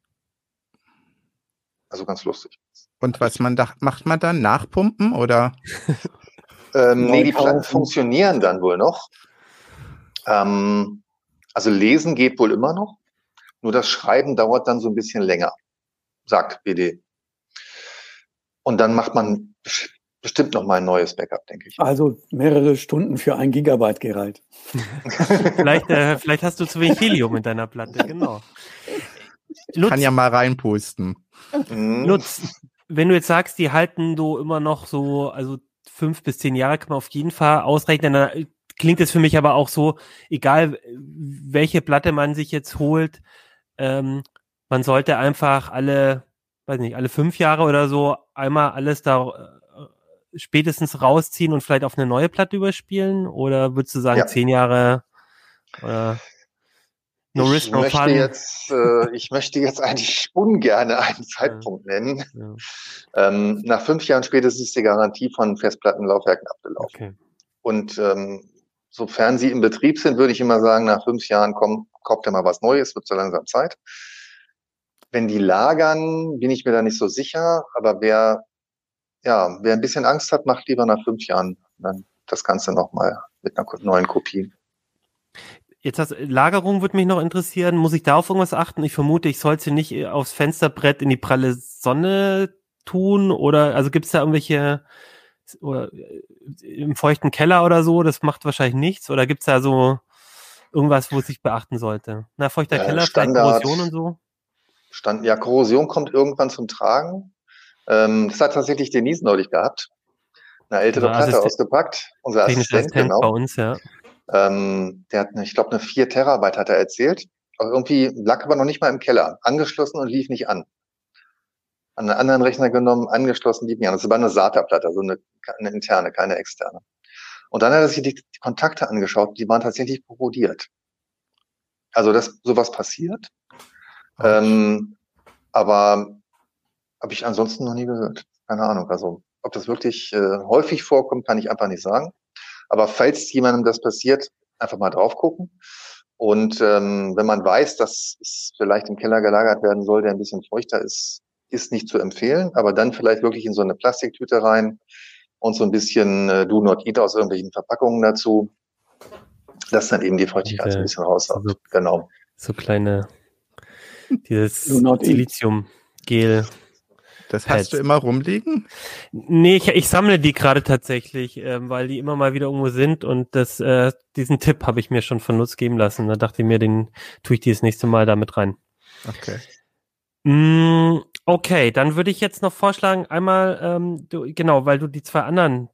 Also ganz lustig. Und was macht man dann? Nachpumpen oder? Nee, die Platten funktionieren dann wohl noch. Also lesen geht wohl immer noch. Nur das Schreiben dauert dann so ein bisschen länger, sagt BD. Und dann macht man bestimmt noch mal ein neues Backup, denke ich. Also mehrere Stunden für 1 Gigabyte, Gerald. vielleicht hast du zu wenig Helium in deiner Platte, genau. Lutz, kann ja mal reinpusten. Lutz, wenn du jetzt sagst, die halten du immer noch so, also 5 bis 10 Jahre kann man auf jeden Fall ausrechnen, dann klingt es für mich aber auch so, egal welche Platte man sich jetzt holt, man sollte einfach alle 5 Jahre oder so einmal alles da spätestens rausziehen und vielleicht auf eine neue Platte überspielen? Oder würdest du sagen 10 Jahre oder no risk, no fun? Ich möchte jetzt eigentlich ungern einen Zeitpunkt nennen. Ja. Nach 5 Jahren spätestens ist die Garantie von Festplattenlaufwerken abgelaufen. Okay. Und sofern sie im Betrieb sind, würde ich immer sagen, nach 5 Jahren kauft ihr mal was Neues, wird so langsam Zeit. Wenn die lagern, bin ich mir da nicht so sicher, aber wer ein bisschen Angst hat, macht lieber nach 5 Jahren dann das Ganze nochmal mit einer neuen Kopie. Jetzt Lagerung würde mich noch interessieren. Muss ich da auf irgendwas achten? Ich vermute, ich sollte nicht aufs Fensterbrett in die pralle Sonne tun oder also gibt es da irgendwelche oder im feuchten Keller oder so? Das macht wahrscheinlich nichts oder gibt es da so irgendwas, wo es sich beachten sollte? Na, feuchter Keller, Standard, vielleicht Korrosion und so? Korrosion kommt irgendwann zum Tragen. Das hat tatsächlich Denise neulich gehabt. Eine ältere Platte ausgepackt. Unser Assistent, genau. Bei uns, ja. Der hat, ich glaube, eine 4 Terabyte hat er erzählt. Aber irgendwie lag aber noch nicht mal im Keller. Angeschlossen und lief nicht an. An einen anderen Rechner genommen, angeschlossen, lief nicht an. Das war eine SATA-Platte, also eine interne, keine externe. Und dann hat er sich die Kontakte angeschaut, die waren tatsächlich korrodiert. Also sowas passiert. Aber habe ich ansonsten noch nie gehört. Keine Ahnung. Also ob das wirklich häufig vorkommt, kann ich einfach nicht sagen. Aber falls jemandem das passiert, einfach mal drauf gucken. Und wenn man weiß, dass es vielleicht im Keller gelagert werden soll, der ein bisschen feuchter ist, ist nicht zu empfehlen. Aber dann vielleicht wirklich in so eine Plastiktüte rein und so ein bisschen Do Not Eat aus irgendwelchen Verpackungen dazu, dass dann eben die Feuchtigkeit so ein bisschen raussaugt. Also, genau. So kleine, dieses Silizium-Gel. Das hast du immer rumliegen? Nee, ich sammle die gerade tatsächlich, weil die immer mal wieder irgendwo sind und diesen Tipp habe ich mir schon von Lutz geben lassen. Da dachte ich mir, den tue ich das nächste Mal damit rein. Okay. Okay, dann würde ich jetzt noch vorschlagen, einmal, genau, weil du die zwei anderen,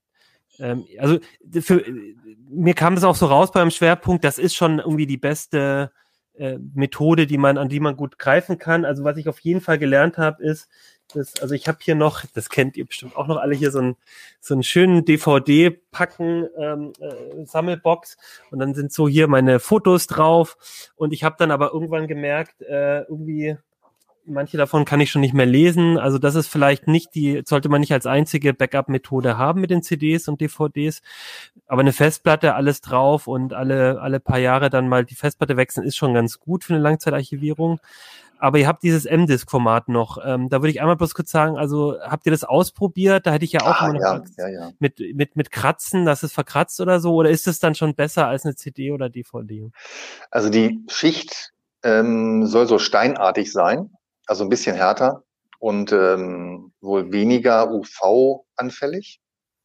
mir kam das auch so raus beim Schwerpunkt, das ist schon irgendwie die beste Methode, an die man gut greifen kann. Also was ich auf jeden Fall gelernt habe, ist, also ich habe hier noch, das kennt ihr bestimmt auch noch alle hier, so einen schönen DVD-Packen, Sammelbox, und dann sind so hier meine Fotos drauf, und ich habe dann aber irgendwann gemerkt, irgendwie manche davon kann ich schon nicht mehr lesen. Also das ist vielleicht sollte man nicht als einzige Backup-Methode haben mit den CDs und DVDs. Aber eine Festplatte, alles drauf und alle paar Jahre dann mal die Festplatte wechseln, ist schon ganz gut für eine Langzeitarchivierung. Aber ihr habt dieses M-Disk-Format noch. Da würde ich einmal bloß kurz sagen, also habt ihr das ausprobiert? Da hätte ich ja auch immer noch ja. mit Kratzen, dass es verkratzt oder so. Oder ist es dann schon besser als eine CD oder DVD? Also die Schicht soll so steinartig sein. Also ein bisschen härter und wohl weniger UV-anfällig.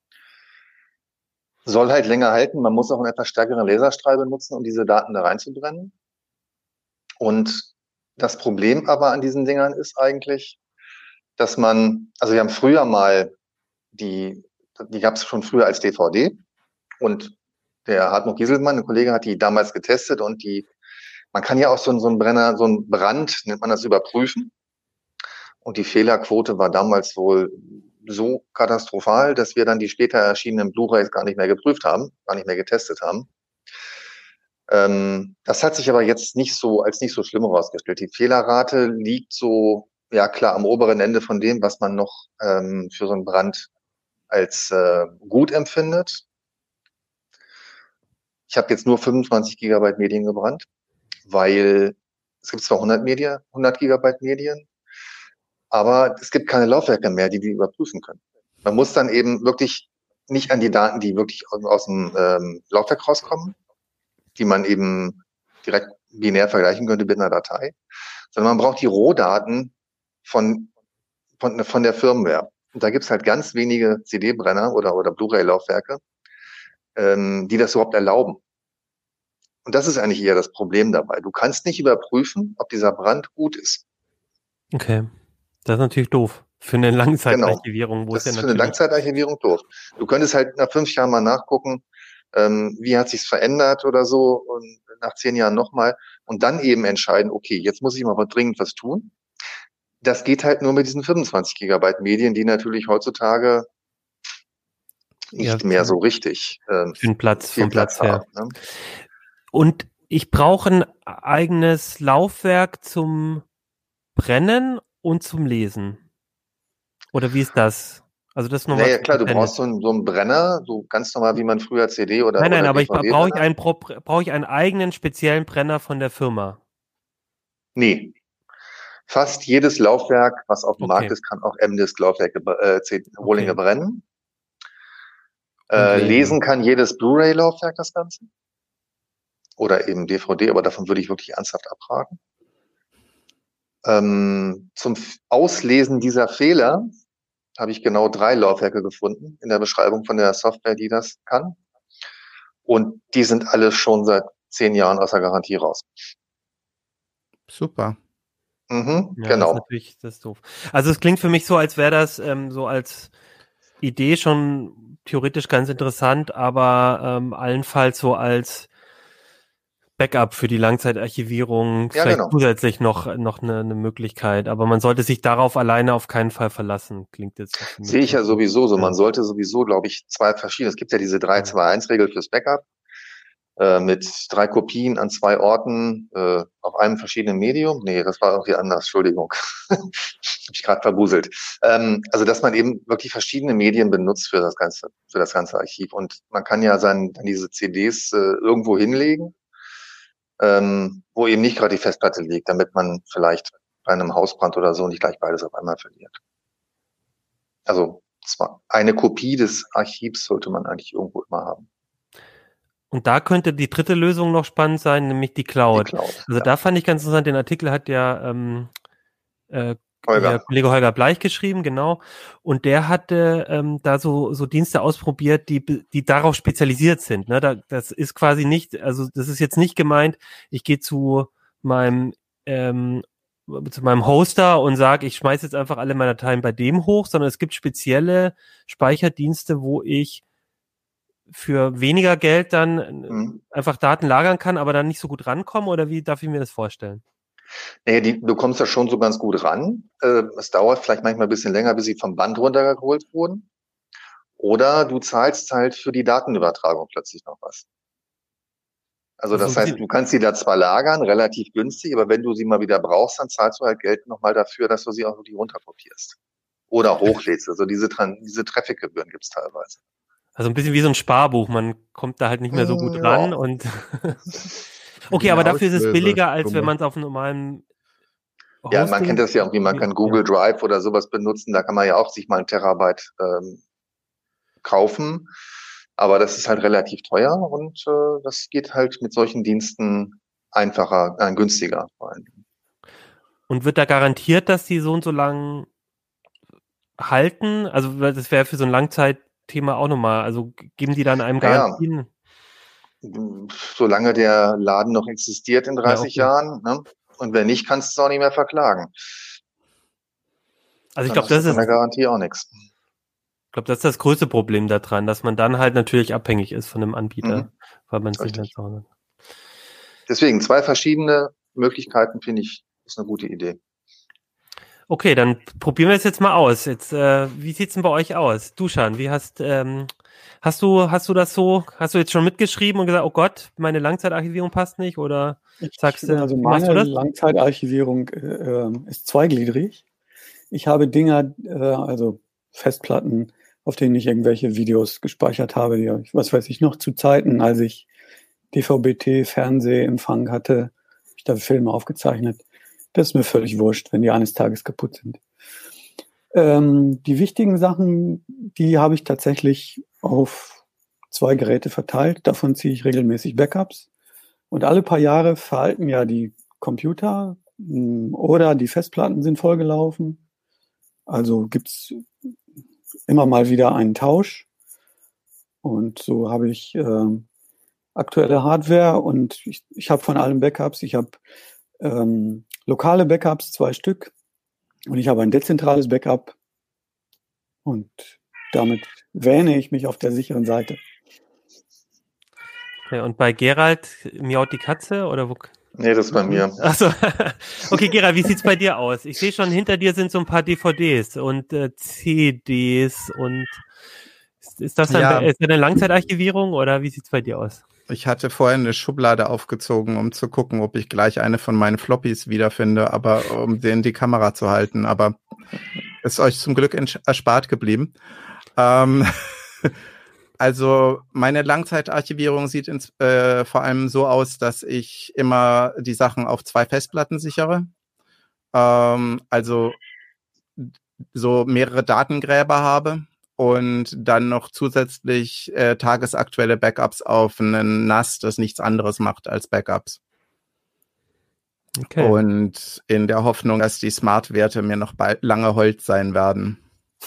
Soll halt länger halten. Man muss auch einen etwas stärkeren Laserstrahl benutzen, um diese Daten da reinzubrennen. Und das Problem aber an diesen Dingern ist eigentlich, dass wir haben früher mal die gab es schon früher als DVD, und der Hartmut Gieselmann, ein Kollege, hat die damals getestet, und man kann ja auch so einen Brenner, so einen Brand, nennt man das, überprüfen. Und die Fehlerquote war damals wohl so katastrophal, dass wir dann die später erschienenen Blu-rays gar nicht mehr geprüft haben, gar nicht mehr getestet haben. Das hat sich aber jetzt nicht so schlimm herausgestellt. Die Fehlerrate liegt so, ja klar, am oberen Ende von dem, was man noch für so einen Brand als gut empfindet. Ich habe jetzt nur 25 Gigabyte Medien gebrannt, weil es gibt zwar 100 Gigabyte Medien, aber es gibt keine Laufwerke mehr, die überprüfen können. Man muss dann eben wirklich nicht an die Daten, die wirklich aus dem Laufwerk rauskommen, die man eben direkt binär vergleichen könnte mit einer Datei, sondern man braucht die Rohdaten von der Firmware. Und da gibt's halt ganz wenige CD-Brenner oder Blu-ray-Laufwerke, die das überhaupt erlauben. Und das ist eigentlich eher das Problem dabei. Du kannst nicht überprüfen, ob dieser Brand gut ist. Okay. Das ist natürlich doof. Für eine Langzeitarchivierung. Genau. Das ist für eine Langzeitarchivierung doof. Du könntest halt nach 5 Jahren mal nachgucken, wie hat sich's verändert oder so, und nach 10 Jahren nochmal, und dann eben entscheiden, okay, jetzt muss ich mal dringend was tun. Das geht halt nur mit diesen 25 Gigabyte Medien, die natürlich heutzutage nicht mehr so richtig für den Platz, viel Platz haben. Ne? Und ich brauche ein eigenes Laufwerk zum Brennen und zum Lesen. Oder wie ist das? Also das nochmal. Naja, klar, du brauchst so einen Brenner, so ganz normal, wie man früher CD oder Nein, aber brauche ich einen eigenen speziellen Brenner von der Firma? Nee. Fast jedes Laufwerk, was auf dem Markt ist, kann auch M-Disk-Laufwerke Rohlinge brennen. Lesen kann jedes Blu-ray-Laufwerk das Ganze. Oder eben DVD, aber davon würde ich wirklich ernsthaft abraten. Zum Auslesen dieser Fehler habe ich genau 3 Laufwerke gefunden in der Beschreibung von der Software, die das kann. Und die sind alle schon seit 10 Jahren aus der Garantie raus. Super. Mhm, ja, genau. Das ist doof. Also es klingt für mich so, als wäre das so als Idee schon theoretisch ganz interessant, aber allenfalls so als Backup für die Langzeitarchivierung, Ja, vielleicht genau. zusätzlich noch eine Möglichkeit, aber man sollte sich darauf alleine auf keinen Fall verlassen, klingt jetzt. Sehe ich ja sowieso so. Man sollte sowieso, glaube ich, 2 verschiedene, es gibt ja diese 3-2-1-Regel fürs Backup, mit 3 Kopien an 2 Orten, auf einem verschiedenen Medium. Nee, das war irgendwie anders, Entschuldigung. Hab ich gerade verbuselt. Also, dass man eben wirklich verschiedene Medien benutzt für das ganze Archiv. Und man kann ja dann diese CDs irgendwo hinlegen, wo eben nicht gerade die Festplatte liegt, damit man vielleicht bei einem Hausbrand oder so nicht gleich beides auf einmal verliert. Also zwar eine Kopie des Archivs sollte man eigentlich irgendwo immer haben. Und da könnte die dritte Lösung noch spannend sein, nämlich die Cloud. Also da fand ich ganz interessant, den Artikel hat ja der Kollege Holger Bleich geschrieben, genau. Und der hatte da so Dienste ausprobiert, die darauf spezialisiert sind. Ne? Das ist quasi nicht, also das ist jetzt nicht gemeint, ich gehe zu meinem zu meinem Hoster und sage, ich schmeiße jetzt einfach alle meine Dateien bei dem hoch, sondern es gibt spezielle Speicherdienste, wo ich für weniger Geld dann einfach Daten lagern kann, aber dann nicht so gut rankomme, oder wie darf ich mir das vorstellen? Naja, du kommst da schon so ganz gut ran. Es dauert vielleicht manchmal ein bisschen länger, bis sie vom Band runtergeholt wurden. Oder du zahlst halt für die Datenübertragung plötzlich noch was. Also das heißt, du kannst sie da zwar lagern, relativ günstig, aber wenn du sie mal wieder brauchst, dann zahlst du halt Geld nochmal dafür, dass du sie auch wirklich runterkopierst. Oder hochlädst. Also diese Traffic-Gebühren gibt's teilweise. Also ein bisschen wie so ein Sparbuch, man kommt da halt nicht mehr so gut ran und okay, aber dafür ist es billiger, als wenn man es auf einem normalen Hosting. Ja, man kennt das ja irgendwie, man kann Google Drive oder sowas benutzen, da kann man ja auch sich mal 1 Terabyte kaufen, aber das ist halt relativ teuer und das geht halt mit solchen Diensten einfacher, günstiger vor allem. Und wird da garantiert, dass die so und so lang halten? Also das wäre für so ein Langzeitthema auch nochmal. Also geben die dann einem Garantien? Solange der Laden noch existiert in 30 Jahren, ne? Und wenn nicht, kannst du es auch nicht mehr verklagen. Also ich glaube, das ist von der Garantie auch nichts. Ich glaube, das ist das größte Problem daran, dass man dann halt natürlich abhängig ist von dem Anbieter, weil man es nicht mehr zu Hause hat. Deswegen 2 verschiedene Möglichkeiten, finde ich, ist eine gute Idee. Okay, dann probieren wir es jetzt mal aus. Jetzt, wie sieht's denn bei euch aus? Duschan, wie hast du jetzt schon mitgeschrieben und gesagt, oh Gott, meine Langzeitarchivierung passt nicht, oder sagst du, also meine Langzeitarchivierung ist zweigliedrig. Ich habe Dinger, also Festplatten, auf denen ich irgendwelche Videos gespeichert habe, die, was weiß ich noch, zu Zeiten, als ich DVB-T-Fernsehempfang hatte, habe ich da Filme aufgezeichnet. Das ist mir völlig wurscht, wenn die eines Tages kaputt sind. Die wichtigen Sachen, die habe ich tatsächlich auf 2 Geräte verteilt. Davon ziehe ich regelmäßig Backups. Und alle paar Jahre veralten ja die Computer oder die Festplatten sind vollgelaufen. Also gibt's immer mal wieder einen Tausch. Und so habe ich aktuelle Hardware und ich habe von allen Backups, ich habe lokale Backups, 2 Stück, und ich habe ein dezentrales Backup und damit wähne ich mich auf der sicheren Seite. Okay, und bei Gerald miaut die Katze oder wo? Nee, das ist bei mir. Achso. Okay, Gerald, wie sieht's bei dir aus? Ich sehe schon, hinter dir sind so ein paar DVDs und CDs und ist das eine Langzeitarchivierung oder wie sieht's bei dir aus? Ich hatte vorhin eine Schublade aufgezogen, um zu gucken, ob ich gleich eine von meinen Floppies wiederfinde, aber um denen die Kamera zu halten. Aber ist euch zum Glück erspart geblieben. Also meine Langzeitarchivierung sieht vor allem so aus, dass ich immer die Sachen auf 2 Festplatten sichere. Also so mehrere Datengräber habe. Und dann noch zusätzlich tagesaktuelle Backups auf einen NAS, das nichts anderes macht als Backups. Okay. Und in der Hoffnung, dass die Smart-Werte mir noch lange Holz sein werden.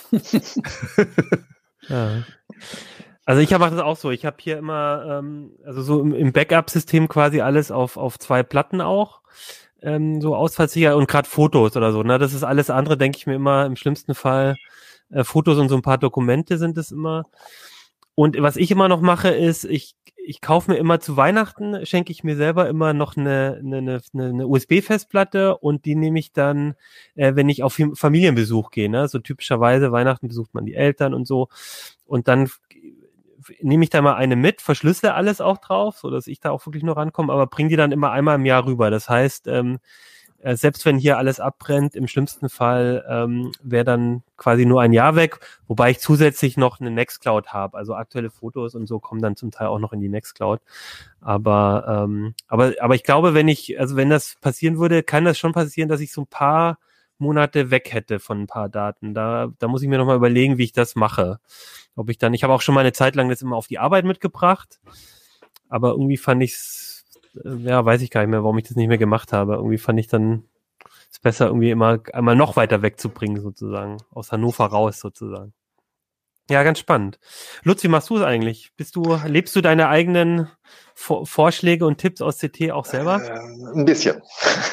Ja. Also ich mache das auch so. Ich habe hier immer, also so im Backup-System quasi alles auf 2 Platten auch. So ausfallsicher und gerade Fotos oder so. Ne? Das ist alles andere, denke ich mir immer, im schlimmsten Fall Fotos und so ein paar Dokumente sind es immer. Und was ich immer noch mache, ist, ich kaufe mir immer zu Weihnachten, schenke ich mir selber immer noch eine USB-Festplatte und die nehme ich dann, wenn ich auf Familienbesuch gehe. Ne? So typischerweise Weihnachten besucht man die Eltern und so. Und dann nehme ich da mal eine mit, verschlüssele alles auch drauf, so dass ich da auch wirklich nur rankomme, aber bringe die dann immer einmal im Jahr rüber. Das heißt, selbst wenn hier alles abbrennt, im schlimmsten Fall wäre dann quasi nur ein Jahr weg, wobei ich zusätzlich noch eine Nextcloud habe. Also aktuelle Fotos und so kommen dann zum Teil auch noch in die Nextcloud. Aber ich glaube, wenn das passieren würde, kann das schon passieren, dass ich so ein paar Monate weg hätte von ein paar Daten. Da muss ich mir nochmal überlegen, wie ich das mache. Ich habe auch schon mal eine Zeit lang das immer auf die Arbeit mitgebracht, aber irgendwie fand ich's, weiß ich gar nicht mehr, warum ich das nicht mehr gemacht habe. Irgendwie fand ich dann es besser, irgendwie immer einmal noch weiter wegzubringen, sozusagen. Aus Hannover raus, sozusagen. Ja, ganz spannend. Lutz, wie machst du es eigentlich? Lebst du deine eigenen Vorschläge und Tipps aus CT auch selber? Ein bisschen.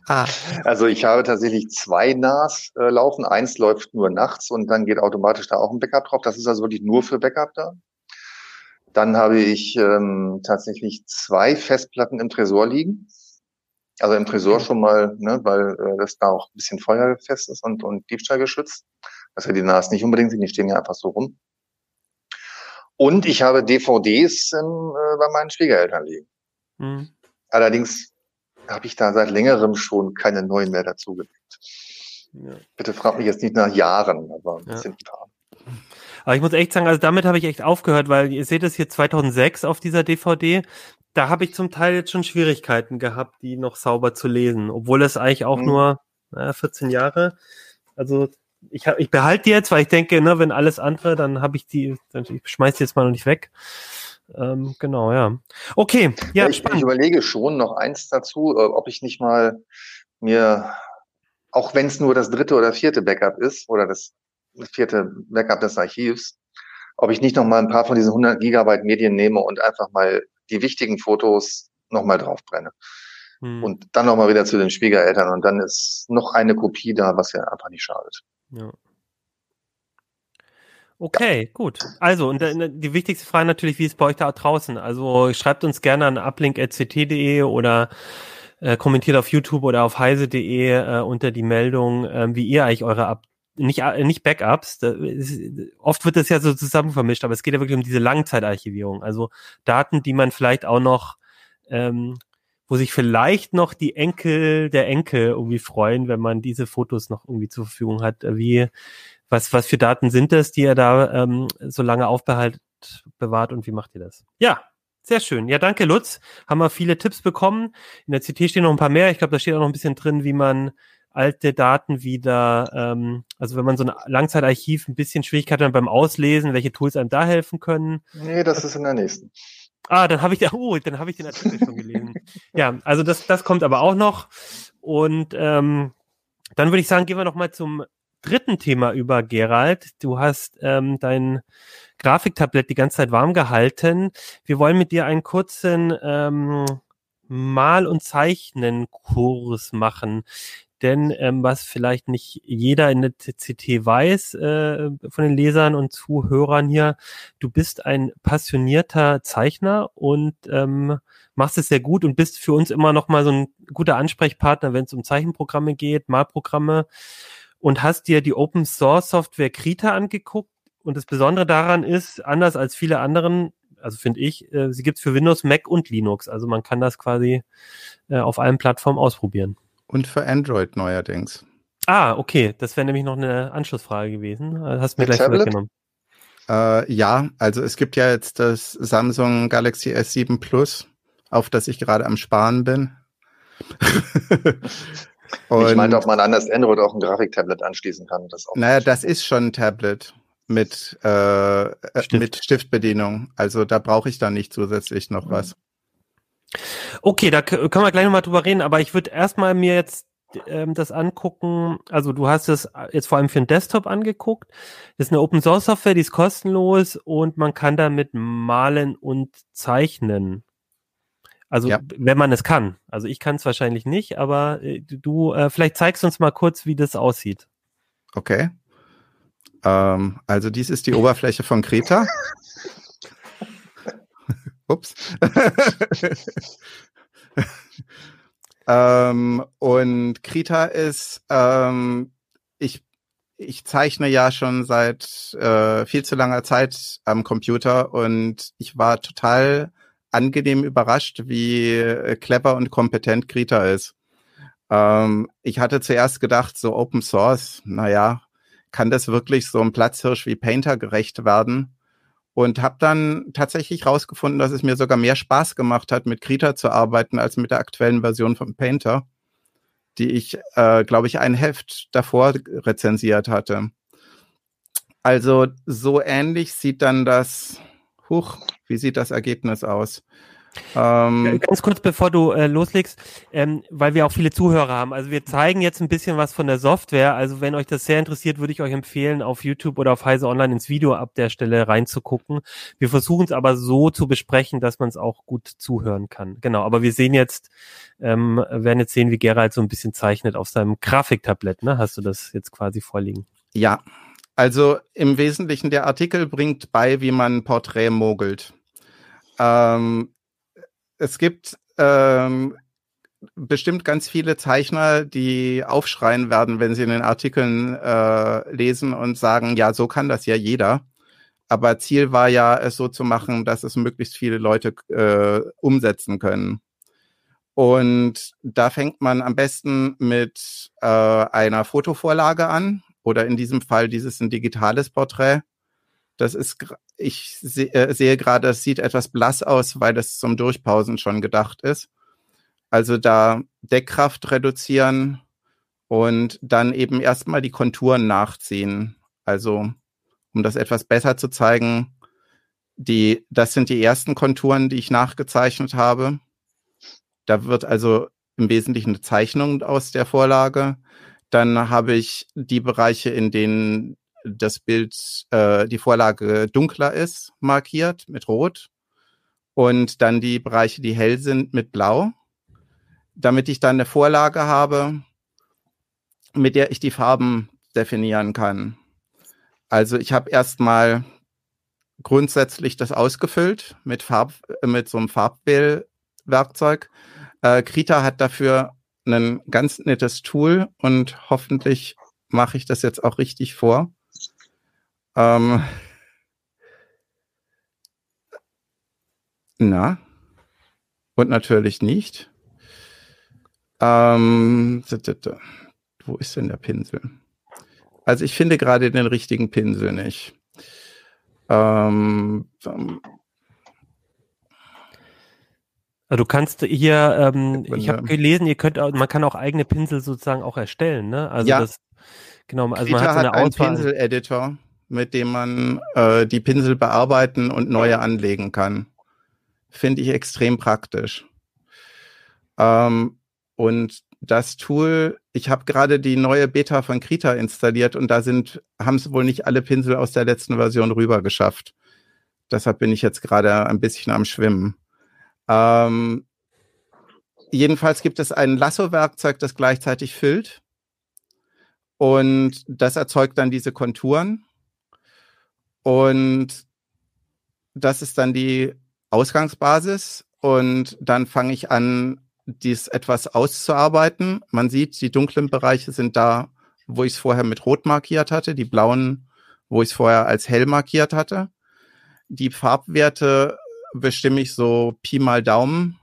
Also ich habe tatsächlich 2 NAS laufen. Eins läuft nur nachts und dann geht automatisch da auch ein Backup drauf. Das ist also wirklich nur für Backup da. Dann habe ich tatsächlich 2 Festplatten im Tresor liegen. Also im Tresor schon mal, ne, weil das da auch ein bisschen feuerfest ist und diebstahlgeschützt. Das ja die NAS nicht unbedingt sind, die stehen ja einfach so rum. Und ich habe DVDs bei meinen Schwiegereltern liegen. Mhm. Allerdings habe ich da seit längerem schon keine neuen mehr dazugelegt. Ja. Bitte frag mich jetzt nicht nach Jahren, aber ein bisschen getan. Aber ich muss echt sagen, also damit habe ich echt aufgehört, weil ihr seht es hier 2006 auf dieser DVD. Da habe ich zum Teil jetzt schon Schwierigkeiten gehabt, die noch sauber zu lesen, obwohl es eigentlich auch nur 14 Jahre. Also ich behalte die jetzt, weil ich denke, ne, wenn alles andere, dann habe ich die, ich schmeiß die jetzt mal noch nicht weg. Genau, ja. Okay, ja, ich überlege schon noch eins dazu, ob ich nicht mal mir, auch wenn es nur das 3. oder 4. Backup ist, oder das 4. Backup des Archivs, ob ich nicht noch mal ein paar von diesen 100 Gigabyte Medien nehme und einfach mal die wichtigen Fotos noch mal draufbrenne. Und dann noch mal wieder zu den Schwiegereltern und dann ist noch eine Kopie da, was ja einfach nicht schadet. Ja. Okay, gut. Also, und die wichtigste Frage natürlich, wie ist es bei euch da draußen? Also, schreibt uns gerne an uplink@ct.de oder kommentiert auf YouTube oder auf heise.de unter die Meldung, wie ihr eigentlich eure nicht Backups. Oft wird das ja so zusammen vermischt, aber es geht ja wirklich um diese Langzeitarchivierung. Also Daten, die man vielleicht auch noch, wo sich vielleicht noch der Enkel irgendwie freuen, wenn man diese Fotos noch irgendwie zur Verfügung hat. Was für Daten sind das, die ihr da so lange bewahrt und wie macht ihr das? Ja, sehr schön. Ja, danke Lutz. Haben wir viele Tipps bekommen. In der CT stehen noch ein paar mehr. Ich glaube, da steht auch noch ein bisschen drin, wie man alte Daten wieder, also wenn man so ein Langzeitarchiv ein bisschen Schwierigkeiten hat beim Auslesen, welche Tools einem da helfen können. Nee, das ist in der nächsten. Dann habe ich den Artikel schon gelesen. Ja, also das kommt aber auch noch. Und dann würde ich sagen, gehen wir noch mal zum 3. Thema über, Gerald. Du hast dein Grafiktablett die ganze Zeit warm gehalten. Wir wollen mit dir einen kurzen Mal- und Zeichnen-Kurs machen. Denn was vielleicht nicht jeder in der CT weiß, von den Lesern und Zuhörern hier, du bist ein passionierter Zeichner und machst es sehr gut und bist für uns immer noch mal so ein guter Ansprechpartner, wenn es um Zeichenprogramme geht, Malprogramme, und hast dir die Open-Source-Software Krita angeguckt. Und das Besondere daran ist, anders als viele anderen, also finde ich, sie gibt es für Windows, Mac und Linux. Also man kann das quasi auf allen Plattformen ausprobieren. Und für Android neuerdings. Okay. Das wäre nämlich noch eine Anschlussfrage gewesen. Hast mir gleich vorweggenommen. Ja, also es gibt ja jetzt das Samsung Galaxy S7 Plus, auf das ich gerade am Sparen bin. Ich meinte, ob man an das Android auch ein Grafiktablet anschließen kann. Das ist schon ein Tablet mit Stiftbedienung. Also da brauche ich dann nicht zusätzlich noch was. Okay, da können wir gleich nochmal drüber reden, aber ich würde erstmal mir jetzt das angucken. Also du hast es jetzt vor allem für den Desktop angeguckt. Das ist eine Open-Source-Software, die ist kostenlos und man kann damit malen und zeichnen. Also wenn man es kann. Also ich kann es wahrscheinlich nicht, aber du vielleicht zeigst uns mal kurz, wie das aussieht. Okay. Also dies ist die Oberfläche von Krita. Ups. Und Krita ist, ich zeichne ja schon seit viel zu langer Zeit am Computer und ich war total angenehm überrascht, wie clever und kompetent Krita ist. Ich hatte zuerst gedacht, so Open Source, kann das wirklich so ein Platzhirsch wie Painter gerecht werden? Und habe dann tatsächlich rausgefunden, dass es mir sogar mehr Spaß gemacht hat, mit Krita zu arbeiten, als mit der aktuellen Version von Painter, die ich, glaube ich, ein Heft davor rezensiert hatte. Also so ähnlich sieht dann wie sieht das Ergebnis aus? Ganz kurz, bevor du loslegst, weil wir auch viele Zuhörer haben. Also wir zeigen jetzt ein bisschen was von der Software. Also wenn euch das sehr interessiert, würde ich euch empfehlen, auf YouTube oder auf Heise Online ins Video ab der Stelle reinzugucken. Wir versuchen es aber so zu besprechen, dass man es auch gut zuhören kann. Genau, aber wir sehen jetzt, werden jetzt sehen, wie Gerald so ein bisschen zeichnet auf seinem Grafiktablett. Ne? Hast du das jetzt quasi vorliegen? Ja, also im Wesentlichen der Artikel bringt bei, wie man ein Porträt mogelt. Es gibt bestimmt ganz viele Zeichner, die aufschreien werden, wenn sie in den Artikeln lesen und sagen, ja, so kann das ja jeder. Aber Ziel war ja, es so zu machen, dass es möglichst viele Leute umsetzen können. Und da fängt man am besten mit einer Fotovorlage an. Oder in diesem Fall dieses ein digitales Porträt. Das ist, ich sehe gerade, es sieht etwas blass aus, weil das zum Durchpausen schon gedacht ist. Also da Deckkraft reduzieren und dann eben erstmal die Konturen nachziehen. Also um das etwas besser zu zeigen, das sind die ersten Konturen, die ich nachgezeichnet habe. Da wird also im Wesentlichen eine Zeichnung aus der Vorlage. Dann habe ich die Bereiche, in denen das Bild, die Vorlage dunkler ist, markiert mit Rot. Und dann die Bereiche, die hell sind, mit Blau. Damit ich dann eine Vorlage habe, mit der ich die Farben definieren kann. Also ich habe erstmal grundsätzlich das ausgefüllt mit so einem Farbwählwerkzeug. Krita hat dafür ein ganz nettes Tool und hoffentlich mache ich das jetzt auch richtig vor. Und natürlich nicht. Wo ist denn der Pinsel? Also ich finde gerade den richtigen Pinsel nicht. Also du kannst hier, ich habe gelesen, man kann auch eigene Pinsel sozusagen auch erstellen, ne? Also ja, das, genau, also Krita man hat so eine einen Auswahl. Pinsel-Editor, mit dem man die Pinsel bearbeiten und neue anlegen kann. Finde ich extrem praktisch. Und das Tool, ich habe gerade die neue Beta von Krita installiert und da haben es wohl nicht alle Pinsel aus der letzten Version rüber geschafft. Deshalb bin ich jetzt gerade ein bisschen am Schwimmen. Jedenfalls gibt es ein Lasso-Werkzeug, das gleichzeitig füllt. Und das erzeugt dann diese Konturen. Und das ist dann die Ausgangsbasis. Und dann fange ich an, dies etwas auszuarbeiten. Man sieht, die dunklen Bereiche sind da, wo ich es vorher mit Rot markiert hatte. Die blauen, wo ich es vorher als hell markiert hatte. Die Farbwerte bestimme ich so Pi mal Daumen.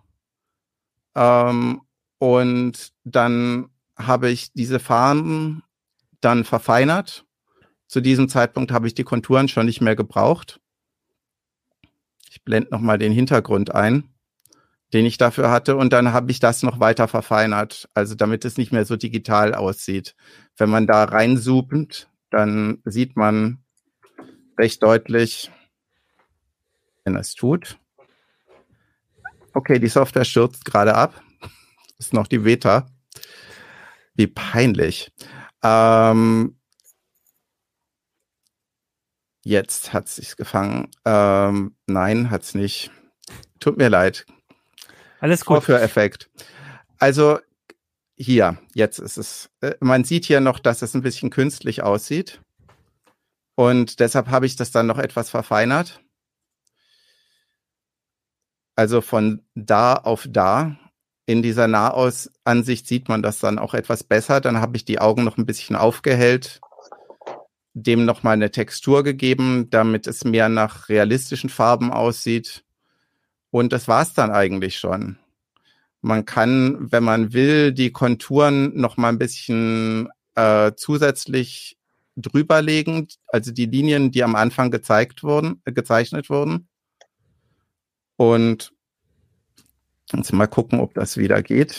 Und dann habe ich diese Farben dann verfeinert. Zu diesem Zeitpunkt habe ich die Konturen schon nicht mehr gebraucht. Ich blende nochmal den Hintergrund ein, den ich dafür hatte. Und dann habe ich das noch weiter verfeinert. Also damit es nicht mehr so digital aussieht. Wenn man da reinzoomt, dann sieht man recht deutlich, wenn es tut. Okay, die Software stürzt gerade ab. Das ist noch die Beta. Wie peinlich. Jetzt hat es sich gefangen. Nein, hat es nicht. Tut mir leid. Alles gut. Vorführeffekt. Also hier, jetzt ist es. Man sieht hier noch, dass es ein bisschen künstlich aussieht. Und deshalb habe ich das dann noch etwas verfeinert. Also von da auf da. In dieser Nahausansicht sieht man das dann auch etwas besser. Dann habe ich die Augen noch ein bisschen aufgehellt, dem nochmal eine Textur gegeben, damit es mehr nach realistischen Farben aussieht. Und das war's dann eigentlich schon. Man kann, wenn man will, die Konturen nochmal ein bisschen zusätzlich drüberlegen. Also die Linien, die am Anfang gezeichnet wurden. Und jetzt mal gucken, ob das wieder geht.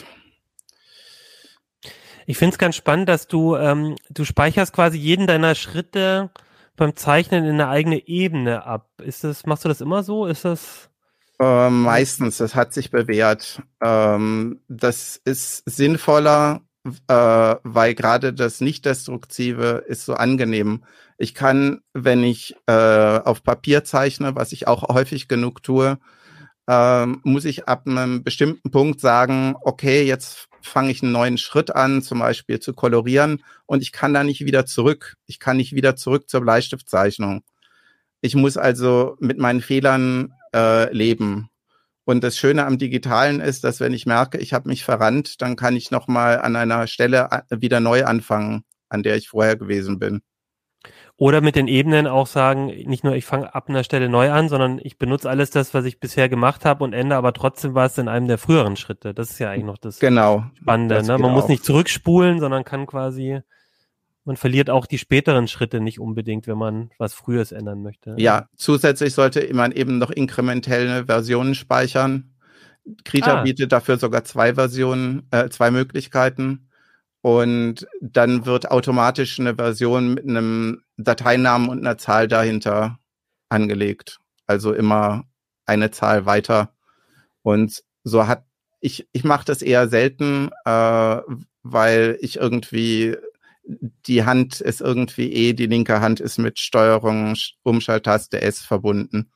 Ich finde es ganz spannend, dass du speicherst quasi jeden deiner Schritte beim Zeichnen in eine eigene Ebene ab. Machst du das immer so? Ist das? Meistens, das hat sich bewährt. Das ist sinnvoller, weil gerade das Nicht-Destruktive ist so angenehm. Ich kann, wenn ich auf Papier zeichne, was ich auch häufig genug tue, muss ich ab einem bestimmten Punkt sagen, okay, jetzt fange ich einen neuen Schritt an, zum Beispiel zu kolorieren, und ich kann da nicht wieder zurück. Ich kann nicht wieder zurück zur Bleistiftzeichnung. Ich muss also mit meinen Fehlern leben. Und das Schöne am Digitalen ist, dass wenn ich merke, ich habe mich verrannt, dann kann ich nochmal an einer Stelle wieder neu anfangen, an der ich vorher gewesen bin. Oder mit den Ebenen auch sagen, nicht nur ich fange ab einer Stelle neu an, sondern ich benutze alles das, was ich bisher gemacht habe und ändere aber trotzdem was in einem der früheren Schritte. Das ist ja eigentlich noch das Spannende. Das ne? Man muss nicht zurückspulen, sondern kann quasi, man verliert auch die späteren Schritte nicht unbedingt, wenn man was Früheres ändern möchte. Ja, zusätzlich sollte man eben noch inkrementelle Versionen speichern. Krita bietet dafür sogar zwei Möglichkeiten. Und dann wird automatisch eine Version mit einem Dateinamen und einer Zahl dahinter angelegt. Also immer eine Zahl weiter. Und so ich mache das eher selten, weil ich irgendwie, die Hand ist irgendwie die linke Hand ist mit Steuerung, Umschalttaste S verbunden.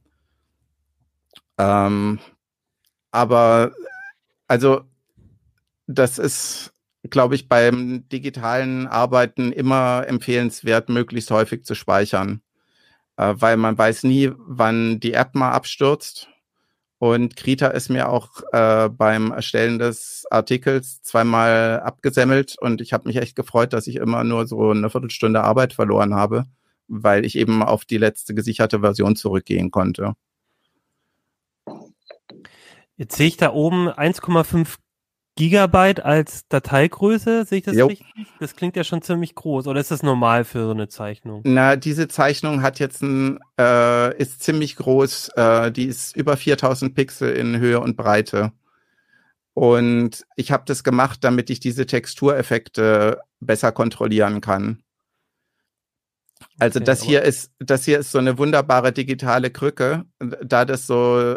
Aber also das ist, glaube ich, beim digitalen Arbeiten immer empfehlenswert, möglichst häufig zu speichern, weil man weiß nie, wann die App mal abstürzt. Und Krita ist mir auch beim Erstellen des Artikels zweimal abgesemmelt und ich habe mich echt gefreut, dass ich immer nur so eine Viertelstunde Arbeit verloren habe, weil ich eben auf die letzte gesicherte Version zurückgehen konnte. Jetzt sehe ich da oben 1,5 Gigabyte als Dateigröße, sehe ich das richtig? Das klingt ja schon ziemlich groß. Oder ist das normal für so eine Zeichnung? Na, diese Zeichnung hat jetzt ist ziemlich groß. Die ist über 4000 Pixel in Höhe und Breite. Und ich habe das gemacht, damit ich diese Textureffekte besser kontrollieren kann. Also okay, das hier ist so eine wunderbare digitale Krücke, da das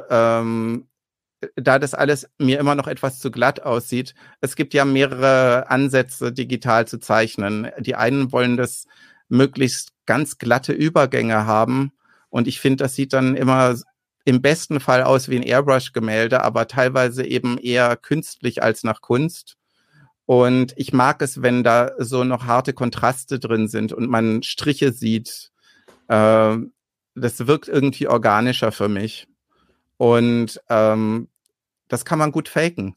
alles mir immer noch etwas zu glatt aussieht. Es gibt ja mehrere Ansätze, digital zu zeichnen. Die einen wollen das möglichst ganz glatte Übergänge haben. Und ich finde, das sieht dann immer im besten Fall aus wie ein Airbrush-Gemälde, aber teilweise eben eher künstlich als nach Kunst. Und ich mag es, wenn da so noch harte Kontraste drin sind und man Striche sieht. Das wirkt irgendwie organischer für mich. Und das kann man gut faken.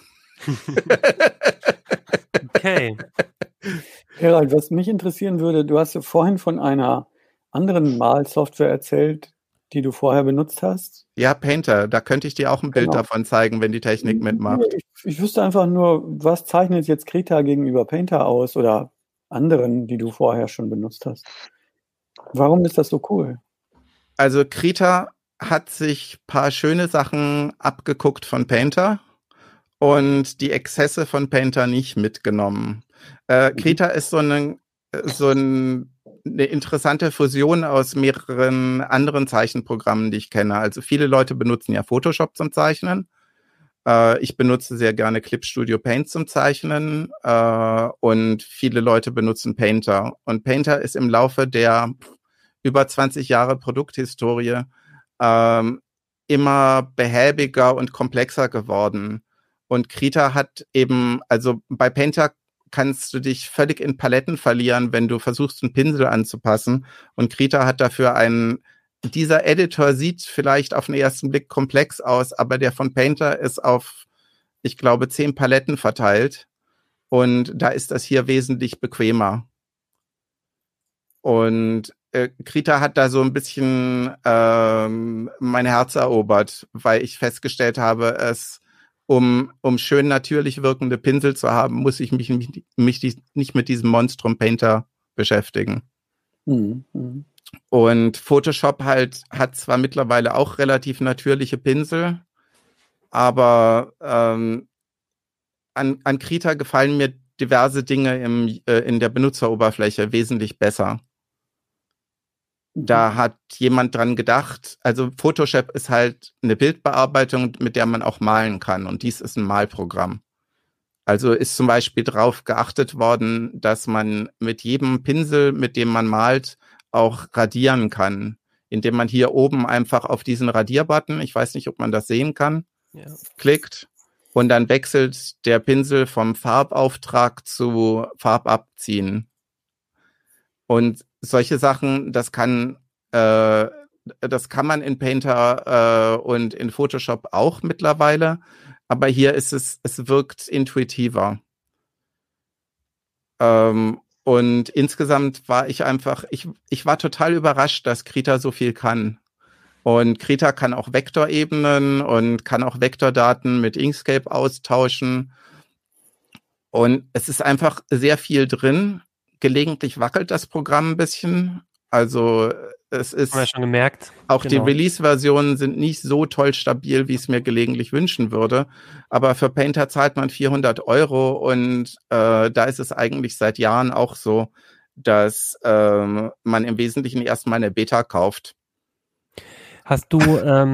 Okay. Gerald, was mich interessieren würde, du hast ja vorhin von einer anderen Malsoftware erzählt, die du vorher benutzt hast. Ja, Painter. Da könnte ich dir auch ein Bild davon zeigen, wenn die Technik mitmacht. Ich wüsste einfach nur, was zeichnet jetzt Krita gegenüber Painter aus oder anderen, die du vorher schon benutzt hast? Warum ist das so cool? Also Krita hat sich ein paar schöne Sachen abgeguckt von Painter und die Exzesse von Painter nicht mitgenommen. Krita ist so eine interessante Fusion aus mehreren anderen Zeichenprogrammen, die ich kenne. Also viele Leute benutzen ja Photoshop zum Zeichnen. Ich benutze sehr gerne Clip Studio Paint zum Zeichnen und viele Leute benutzen Painter. Und Painter ist im Laufe der über 20 Jahre Produkthistorie immer behäbiger und komplexer geworden. Und Krita hat eben, also bei Painter kannst du dich völlig in Paletten verlieren, wenn du versuchst, einen Pinsel anzupassen. Und Krita hat dafür dieser Editor sieht vielleicht auf den ersten Blick komplex aus, aber der von Painter ist auf, ich glaube, 10 Paletten verteilt. Und da ist das hier wesentlich bequemer. Und Krita hat da so ein bisschen mein Herz erobert, weil ich festgestellt habe, um schön natürlich wirkende Pinsel zu haben, muss ich mich nicht mit diesem Monstrum Painter beschäftigen. Mhm. Und Photoshop hat zwar mittlerweile auch relativ natürliche Pinsel, aber an Krita gefallen mir diverse Dinge in der Benutzeroberfläche wesentlich besser. Da hat jemand dran gedacht, also Photoshop ist halt eine Bildbearbeitung, mit der man auch malen kann und dies ist ein Malprogramm. Also ist zum Beispiel darauf geachtet worden, dass man mit jedem Pinsel, mit dem man malt, auch radieren kann, indem man hier oben einfach auf diesen Radierbutton, ich weiß nicht, ob man das sehen kann, klickt und dann wechselt der Pinsel vom Farbauftrag zu Farbabziehen. Und solche Sachen, das kann man in Painter und in Photoshop auch mittlerweile, aber hier ist es wirkt intuitiver. Und insgesamt war ich war total überrascht, dass Krita so viel kann. Und Krita kann auch Vektorebenen und kann auch Vektordaten mit Inkscape austauschen. Und es ist einfach sehr viel drin. Gelegentlich wackelt das Programm ein bisschen. Also es ist, haben wir schon gemerkt. Auch genau. Die Release-Versionen sind nicht so toll stabil, wie ich es mir gelegentlich wünschen würde. Aber für Painter zahlt man 400 € und da ist es eigentlich seit Jahren auch so, dass man im Wesentlichen erstmal eine Beta kauft. Hast du,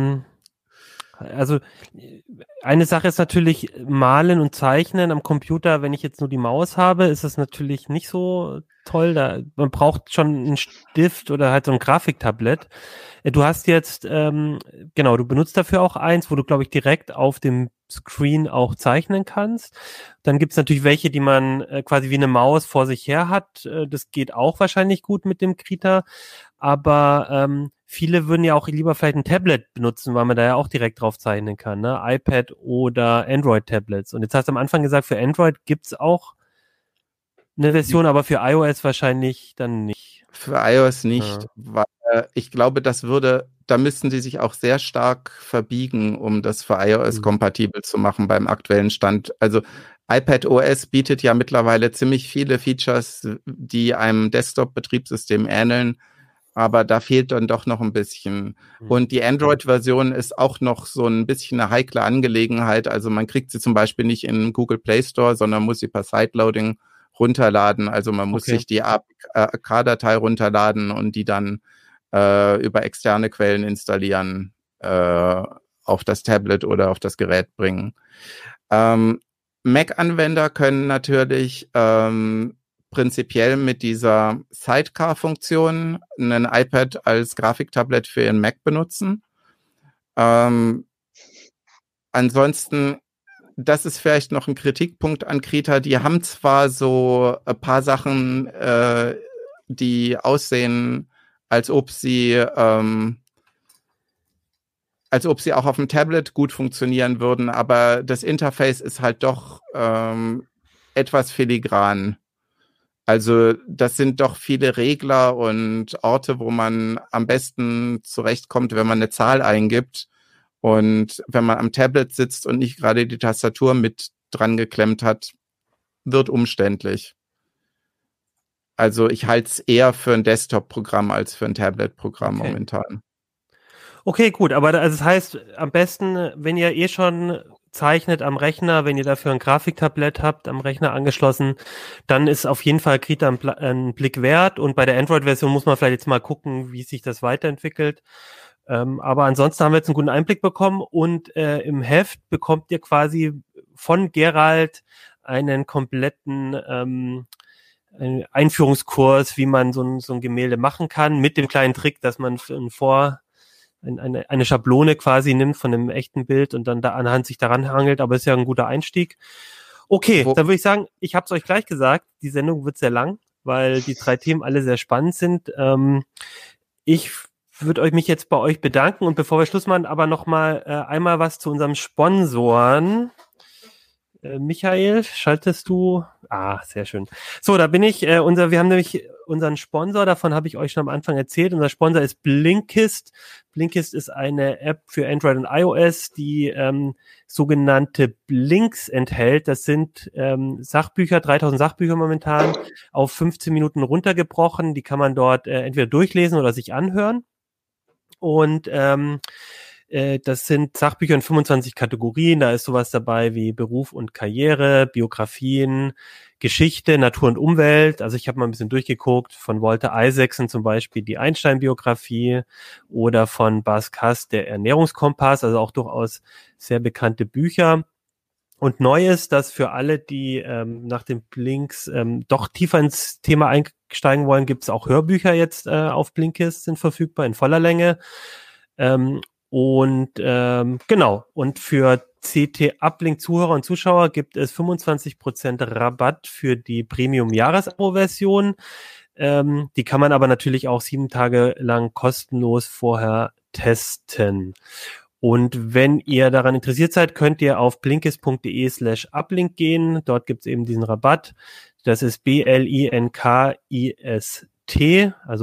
also eine Sache ist natürlich Malen und Zeichnen am Computer. Wenn ich jetzt nur die Maus habe, ist das natürlich nicht so toll. Man braucht schon einen Stift oder halt so ein Grafiktablett. Du hast jetzt, genau, du benutzt dafür auch eins, wo du, glaube ich, direkt auf dem Screen auch zeichnen kannst. Dann gibt's natürlich welche, die man quasi wie eine Maus vor sich her hat. Das geht auch wahrscheinlich gut mit dem Krita. Aber viele würden ja auch lieber vielleicht ein Tablet benutzen, weil man da ja auch direkt drauf zeichnen kann, ne? iPad oder Android-Tablets. Und jetzt hast du am Anfang gesagt, für Android gibt's auch eine Version, aber für iOS wahrscheinlich dann nicht. Für iOS nicht, weil ich glaube, da müssten sie sich auch sehr stark verbiegen, um das für iOS kompatibel zu machen beim aktuellen Stand. Also iPadOS bietet ja mittlerweile ziemlich viele Features, die einem Desktop-Betriebssystem ähneln, aber da fehlt dann doch noch ein bisschen. Und die Android-Version ist auch noch so ein bisschen eine heikle Angelegenheit. Also man kriegt sie zum Beispiel nicht in Google Play Store, sondern muss sie per Sideloading runterladen. Also man muss sich die APK-Datei runterladen und die dann über externe Quellen installieren, auf das Tablet oder auf das Gerät bringen. Mac-Anwender können natürlich prinzipiell mit dieser Sidecar-Funktion ein iPad als Grafiktablett für ihren Mac benutzen. Ansonsten, das ist vielleicht noch ein Kritikpunkt an Krita. Die haben zwar so ein paar Sachen, die aussehen, als ob sie auch auf dem Tablet gut funktionieren würden, aber das Interface ist halt doch etwas filigran. Also das sind doch viele Regler und Orte, wo man am besten zurechtkommt, wenn man eine Zahl eingibt. Und wenn man am Tablet sitzt und nicht gerade die Tastatur mit dran geklemmt hat, wird umständlich. Also ich halte es eher für ein Desktop-Programm als für ein Tablet-Programm momentan. Okay, gut, aber das heißt, am besten, wenn ihr schon zeichnet am Rechner, wenn ihr dafür ein Grafiktablett habt, am Rechner angeschlossen, dann ist auf jeden Fall Krita ein Blick wert. Und bei der Android-Version muss man vielleicht jetzt mal gucken, wie sich das weiterentwickelt. Aber ansonsten haben wir jetzt einen guten Einblick bekommen und im Heft bekommt ihr quasi von Gerald einen kompletten Einführungskurs, wie man so ein Gemälde machen kann, mit dem kleinen Trick, dass man eine Schablone quasi nimmt von einem echten Bild und dann da anhand sich daran hangelt, aber ist ja ein guter Einstieg. Okay, dann würde ich sagen, ich habe es euch gleich gesagt, die Sendung wird sehr lang, weil die 3 Themen alle sehr spannend sind. Ich würde mich jetzt bei euch bedanken und bevor wir Schluss machen, aber nochmal einmal was zu unserem Sponsoren. Michael, schaltest du? Sehr schön. So, da bin ich. Wir haben nämlich unseren Sponsor, davon habe ich euch schon am Anfang erzählt. Unser Sponsor ist Blinkist. Blinkist ist eine App für Android und iOS, die sogenannte Blinks enthält. Das sind Sachbücher, 3000 Sachbücher momentan, auf 15 Minuten runtergebrochen. Die kann man dort entweder durchlesen oder sich anhören. Und Das sind Sachbücher in 25 Kategorien. Da ist sowas dabei wie Beruf und Karriere, Biografien, Geschichte, Natur und Umwelt. Also ich habe mal ein bisschen durchgeguckt. Von Walter Isaacson zum Beispiel die Einstein-Biografie oder von Bas Kass der Ernährungskompass. Also auch durchaus sehr bekannte Bücher. Und neu ist, dass für alle, die nach den Blinks doch tiefer ins Thema einsteigen wollen, gibt es auch Hörbücher jetzt auf Blinkist, sind verfügbar in voller Länge. Genau. Und für CT-Uplink-Zuhörer und Zuschauer gibt es 25% Rabatt für die Premium-Jahresabo-Version. Die kann man aber natürlich auch 7 Tage lang kostenlos vorher testen. Und wenn ihr daran interessiert seid, könnt ihr auf blinkist.de/uplink gehen. Dort gibt es eben diesen Rabatt. Das ist BLINKIST, also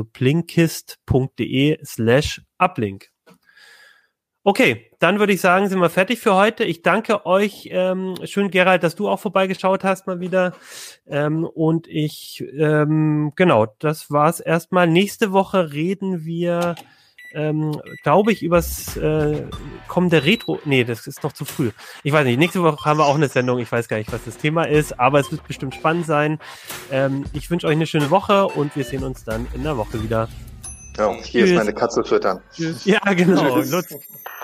blinkist.de/uplink. Okay, dann würde ich sagen, sind wir fertig für heute. Ich danke euch. Schön, Gerald, dass du auch vorbeigeschaut hast mal wieder. Und genau, das war's erstmal. Nächste Woche reden wir glaube ich, übers kommende Retro... Nee, das ist noch zu früh. Ich weiß nicht, nächste Woche haben wir auch eine Sendung. Ich weiß gar nicht, was das Thema ist, aber es wird bestimmt spannend sein. Ich wünsche euch eine schöne Woche und wir sehen uns dann in der Woche wieder. Ja, hier ist meine Katze füttern. Ja, genau. Lutz.